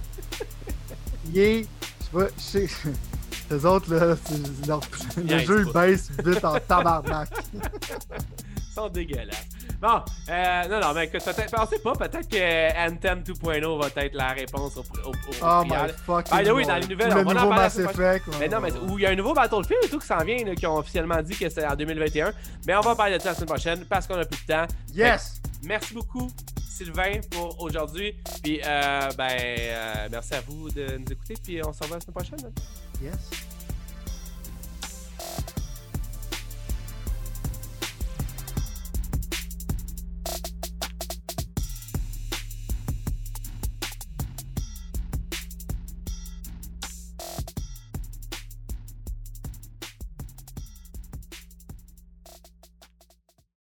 Speaker 2: Les autres, là, le jeu il baisse vite en tabarnak.
Speaker 1: Ils sont dégueulasses. Bon, non, mais écoute, pensez pas, peut-être que Anthem 2.0 va être la réponse au
Speaker 2: oh my fucking
Speaker 1: oui, dans les nouvelles, on va en parler. Mais non, mais où il y a un nouveau Battlefield et tout qui s'en vient, là, qui ont officiellement dit que c'est en 2021. Mais on va parler de ça la semaine prochaine parce qu'on a plus de temps.
Speaker 2: Yes!
Speaker 1: Merci beaucoup, Sylvain, pour aujourd'hui. Puis, merci à vous de nous écouter. Puis, on se revoit la semaine prochaine.
Speaker 2: Yes.